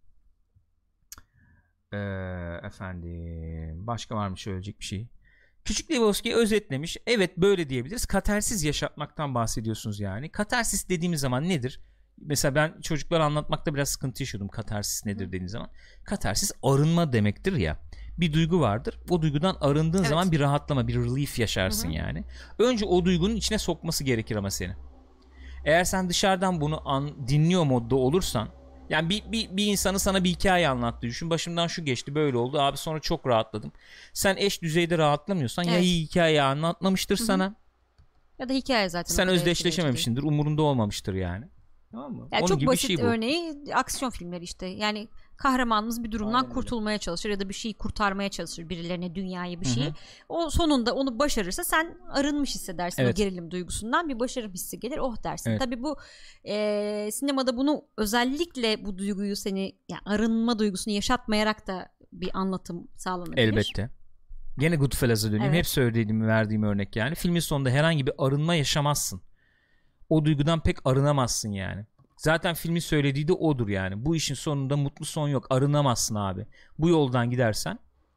Speaker 1: Efendim başka var mı söyleyecek bir şey? Küçük Lebowski özetlemiş. Evet böyle diyebiliriz. Katarsis yaşatmaktan bahsediyorsunuz yani. Katarsis dediğimiz zaman nedir? Mesela ben çocuklara anlatmakta biraz sıkıntı yaşıyordum. Katarsis nedir dediğiniz zaman. Katarsis arınma demektir ya. Bir duygu vardır. O duygudan arındığın zaman bir rahatlama, bir relief yaşarsın yani. Önce o duygunun içine sokması gerekir ama seni. Eğer sen dışarıdan bunu dinliyor modda olursan, yani bir insanı sana bir hikaye anlattı düşün. Başımdan şu geçti, böyle oldu. Abi sonra çok rahatladım. Sen eş düzeyde rahatlamıyorsan ya iyi hikaye anlatmamıştır sana.
Speaker 2: Ya da hikaye zaten.
Speaker 1: Sen özdeşleşememişsindir. Umurunda olmamıştır yani. Tamam mı?
Speaker 2: Yani çok basit örneği aksiyon filmleri işte. Yani kahramanımız bir durumdan kurtulmaya çalışır ya da bir şeyi kurtarmaya çalışır, birilerine, dünyayı, bir şeyi. O sonunda onu başarırsa sen arınmış hissedersin o gerilim duygusundan, bir başarı hissi gelir, oh dersin. Tabii bu sinemada bunu özellikle bu duyguyu seni yani arınma duygusunu yaşatmayarak da bir anlatım sağlanabilir.
Speaker 1: Elbette. Gene Goodfellas'a döneyim. Hep söylediğim, verdiğim örnek yani. Filmin sonunda herhangi bir arınma yaşamazsın. O duygudan pek arınamazsın yani. Zaten filmin söylediği de odur yani. Bu işin sonunda mutlu son yok. Arınamazsın abi. Bu yoldan gidersen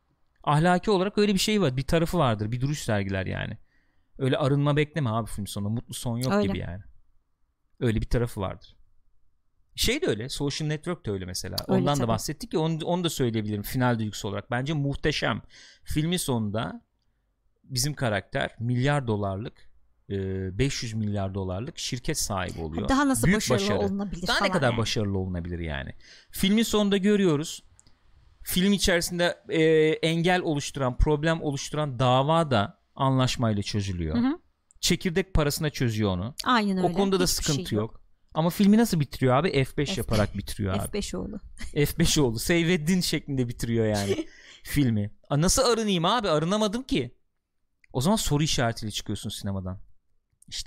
Speaker 1: ahlaki olarak öyle bir şey var. Bir tarafı vardır. Bir duruş sergiler yani. Öyle arınma bekleme abi film sonunda. Mutlu son yok gibi yani. Öyle bir tarafı vardır. Şey de öyle. Social Network de öyle mesela. Öyle ondan da bahsettik ya. Onu da söyleyebilirim final duygusu olarak. Bence muhteşem. Filmin sonunda bizim karakter milyar dolarlık 500 milyar dolarlık şirket sahibi oluyor.
Speaker 2: Daha nasıl büyük başarılı olunabilir?
Speaker 1: Daha ne kadar yani başarılı olunabilir yani? Filmin sonunda görüyoruz. Film içerisinde engel oluşturan, problem oluşturan dava da anlaşmayla çözülüyor. Hı. Çekirdek parasına çözüyor onu.
Speaker 2: Aynen öyle.
Speaker 1: O konuda da sıkıntı yok. Ama filmi nasıl bitiriyor abi? F5 yaparak bitiriyor abi.
Speaker 2: F5 oldu.
Speaker 1: F5 oldu. Seyveddin şeklinde bitiriyor yani filmi. Nasıl arınayım abi? Arınamadım ki. O zaman soru işaretiyle çıkıyorsun sinemadan. İşte.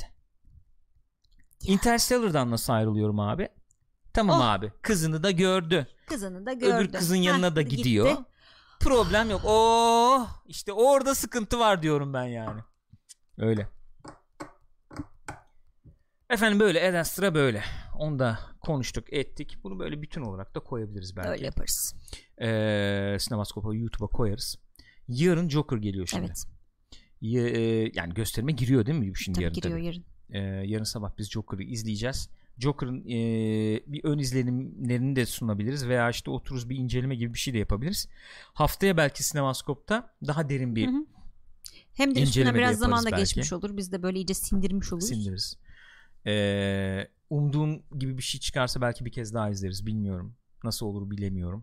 Speaker 1: Interstellar'dan nasıl ayrılıyorum abi? Tamam abi. Kızını da gördü. Öbür kızın yanına da gidiyor. Gitti. Problem yok. İşte orada sıkıntı var diyorum ben yani. Öyle. Efendim böyle. Ad Astra böyle. Onu da konuştuk, ettik. Bunu böyle bütün olarak da koyabiliriz belki.
Speaker 2: Öyle yaparız.
Speaker 1: Sinemaskop'a, YouTube'a koyarız. Yarın Joker geliyor şimdi.
Speaker 2: Evet.
Speaker 1: Yani gösterime giriyor değil mi şimdi?
Speaker 2: Tabii
Speaker 1: yarın
Speaker 2: giriyor
Speaker 1: tabii.
Speaker 2: yarın.
Speaker 1: Yarın sabah biz Joker'ı izleyeceğiz. Joker'ın bir ön izlenimlerini de sunabiliriz veya işte otururuz bir inceleme gibi bir şey de yapabiliriz. Haftaya belki Sinemaskop'ta daha derin bir
Speaker 2: hem de üstüne biraz zaman da
Speaker 1: belki.
Speaker 2: geçmiş olur. Biz de böyle iyice sindirmiş oluruz.
Speaker 1: Sindiririz. Umduğum gibi bir şey çıkarsa belki bir kez daha izleriz. Bilmiyorum. Nasıl olur bilemiyorum.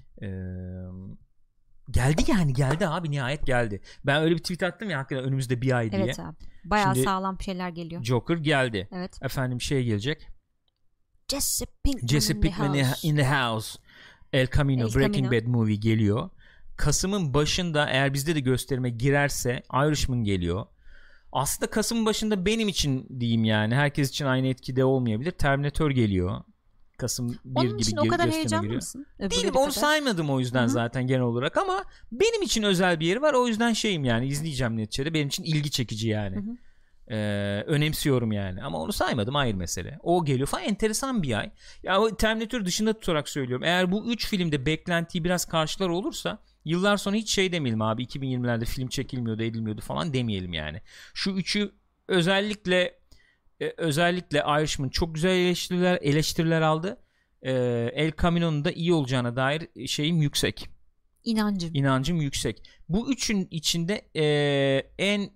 Speaker 1: Geldi abi, nihayet geldi. Ben öyle bir tweet attım ya hakikaten önümüzde bir ay diye.
Speaker 2: Evet abi. Bayağı
Speaker 1: şimdi
Speaker 2: sağlam şeyler geliyor.
Speaker 1: Joker geldi.
Speaker 2: Evet.
Speaker 1: Efendim gelecek.
Speaker 2: Jesse Pinkman
Speaker 1: in the house. El Camino Breaking Bad movie geliyor. Kasım'ın başında eğer bizde de gösterime girerse Irishman geliyor. Aslında Kasım'ın başında benim için diyeyim yani. Herkes için aynı etkide olmayabilir. Terminator geliyor. Kasım 1
Speaker 2: onun
Speaker 1: gibi
Speaker 2: için o kadar heyecanlı
Speaker 1: giriyor.
Speaker 2: mısın?
Speaker 1: Değilim, onu saymadım o yüzden. Hı-hı. Zaten genel olarak ama benim için özel bir yeri var. O yüzden şeyim yani, izleyeceğim neticede. Benim için ilgi çekici yani. Önemsiyorum yani. Ama onu saymadım, ayrı mesele. O geliyor falan, enteresan bir ay. Ya o Terminator dışında tutarak söylüyorum. Eğer bu 3 filmde beklentiyi biraz karşılar olursa yıllar sonra hiç şey demeyelim abi, 2020'lerde film çekilmiyordu edilmiyordu falan demeyelim yani. Şu üçü özellikle Irishman çok güzel eleştiriler aldı. El Camino'nun da iyi olacağına dair şeyim yüksek. İnancım yüksek. Bu üçün içinde en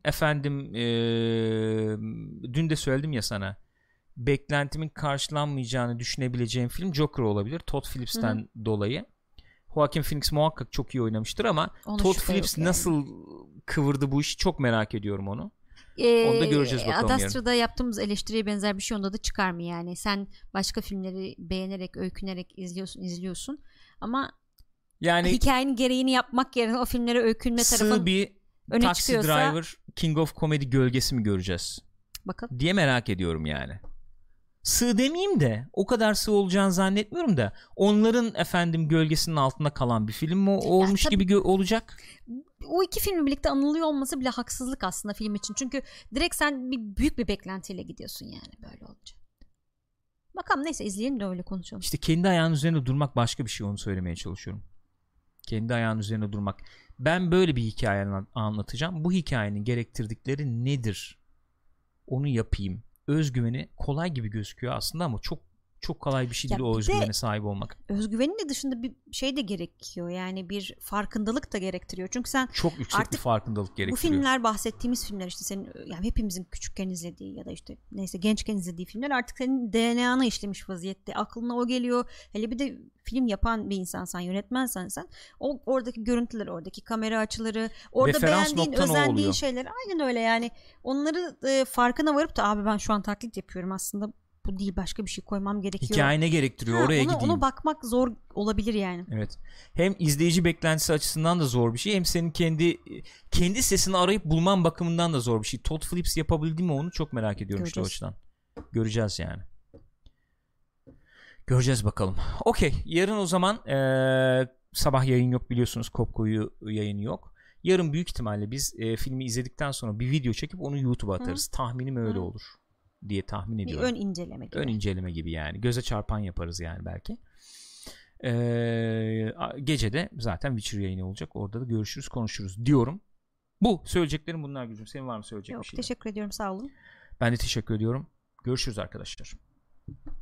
Speaker 1: dün de söyledim ya sana, beklentimin karşılanmayacağını düşünebileceğim film Joker olabilir. Todd Phillips'ten dolayı. Joaquin Phoenix muhakkak çok iyi oynamıştır ama Todd Phillips nasıl kıvırdı bu işi çok merak ediyorum onu. Onu da göreceğiz bakalım.
Speaker 2: Ad Astra'da yaptığımız eleştiriye benzer bir şey onda da çıkar mı yani? Sen başka filmleri beğenerek, öykünerek izliyorsun ama yani hikayenin gereğini yapmak yerine o filmlere öykünme tarafı
Speaker 1: bir öne Taxi çıkıyorsa, Driver King of Comedy gölgesi mi göreceğiz?
Speaker 2: Bakalım.
Speaker 1: Diye merak ediyorum yani. Sığ demeyeyim de o kadar sığ olacağını zannetmiyorum da onların gölgesinin altında kalan bir film mi olmuş gibi olacak?
Speaker 2: O iki filmin birlikte anılıyor olması bile haksızlık aslında film için. Çünkü direkt sen büyük bir beklentiyle gidiyorsun yani, böyle olacak. Bakalım, neyse izleyelim de öyle konuşalım.
Speaker 1: İşte kendi ayağının üzerinde durmak başka bir şey, onu söylemeye çalışıyorum. Kendi ayağının üzerinde durmak. Ben böyle bir hikaye anlatacağım. Bu hikayenin gerektirdikleri nedir? Onu yapayım. Özgüveni kolay gibi gözüküyor aslında ama çok çok kolay bir şey değil o özgüvene sahip olmak.
Speaker 2: Özgüvenin de dışında bir şey de gerekiyor. Yani bir farkındalık da gerektiriyor. Çünkü sen
Speaker 1: çok yüksek bir farkındalık gerektiriyor.
Speaker 2: Bu filmler, bahsettiğimiz filmler, işte senin yani hepimizin küçükken izlediği ya da işte neyse gençken izlediği filmler artık senin DNA'na işlemiş vaziyette. Aklına o geliyor. Hele bir de film yapan bir insansan, yönetmensen sen, oradaki görüntüler, oradaki kamera açıları, orada
Speaker 1: referans
Speaker 2: beğendiğin, özendiğin şeyler, aynen öyle yani. Onları farkına varıp da abi ben şu an taklit yapıyorum, aslında bu değil, başka bir şey koymam gerekiyor.
Speaker 1: Hikaye ne gerektiriyor, oraya gideyim.
Speaker 2: Ona bakmak zor olabilir yani.
Speaker 1: Evet. Hem izleyici beklentisi açısından da zor bir şey, hem senin kendi sesini arayıp bulman bakımından da zor bir şey. Todd Phillips yapabildi mi onu çok merak ediyorum. Göreceğiz. İşte o açıdan. Göreceğiz yani. Göreceğiz bakalım. Okey. Yarın o zaman sabah yayın yok biliyorsunuz. Kopko'yu yayını yok. Yarın büyük ihtimalle biz filmi izledikten sonra bir video çekip onu YouTube'a atarız. Tahminim öyle olur diye tahmin ediyorum.
Speaker 2: Bir ön inceleme gibi.
Speaker 1: Ön inceleme gibi yani. Göze çarpan yaparız yani belki. Gece de zaten Witcher yayını olacak. Orada da görüşürüz, konuşuruz diyorum. Bu söyleyeceklerim bunlar Gülcüm. Senin var mı söyleyecek bir şey?
Speaker 2: Yok, teşekkür ediyorum, sağ olun.
Speaker 1: Ben de teşekkür ediyorum. Görüşürüz arkadaşlar.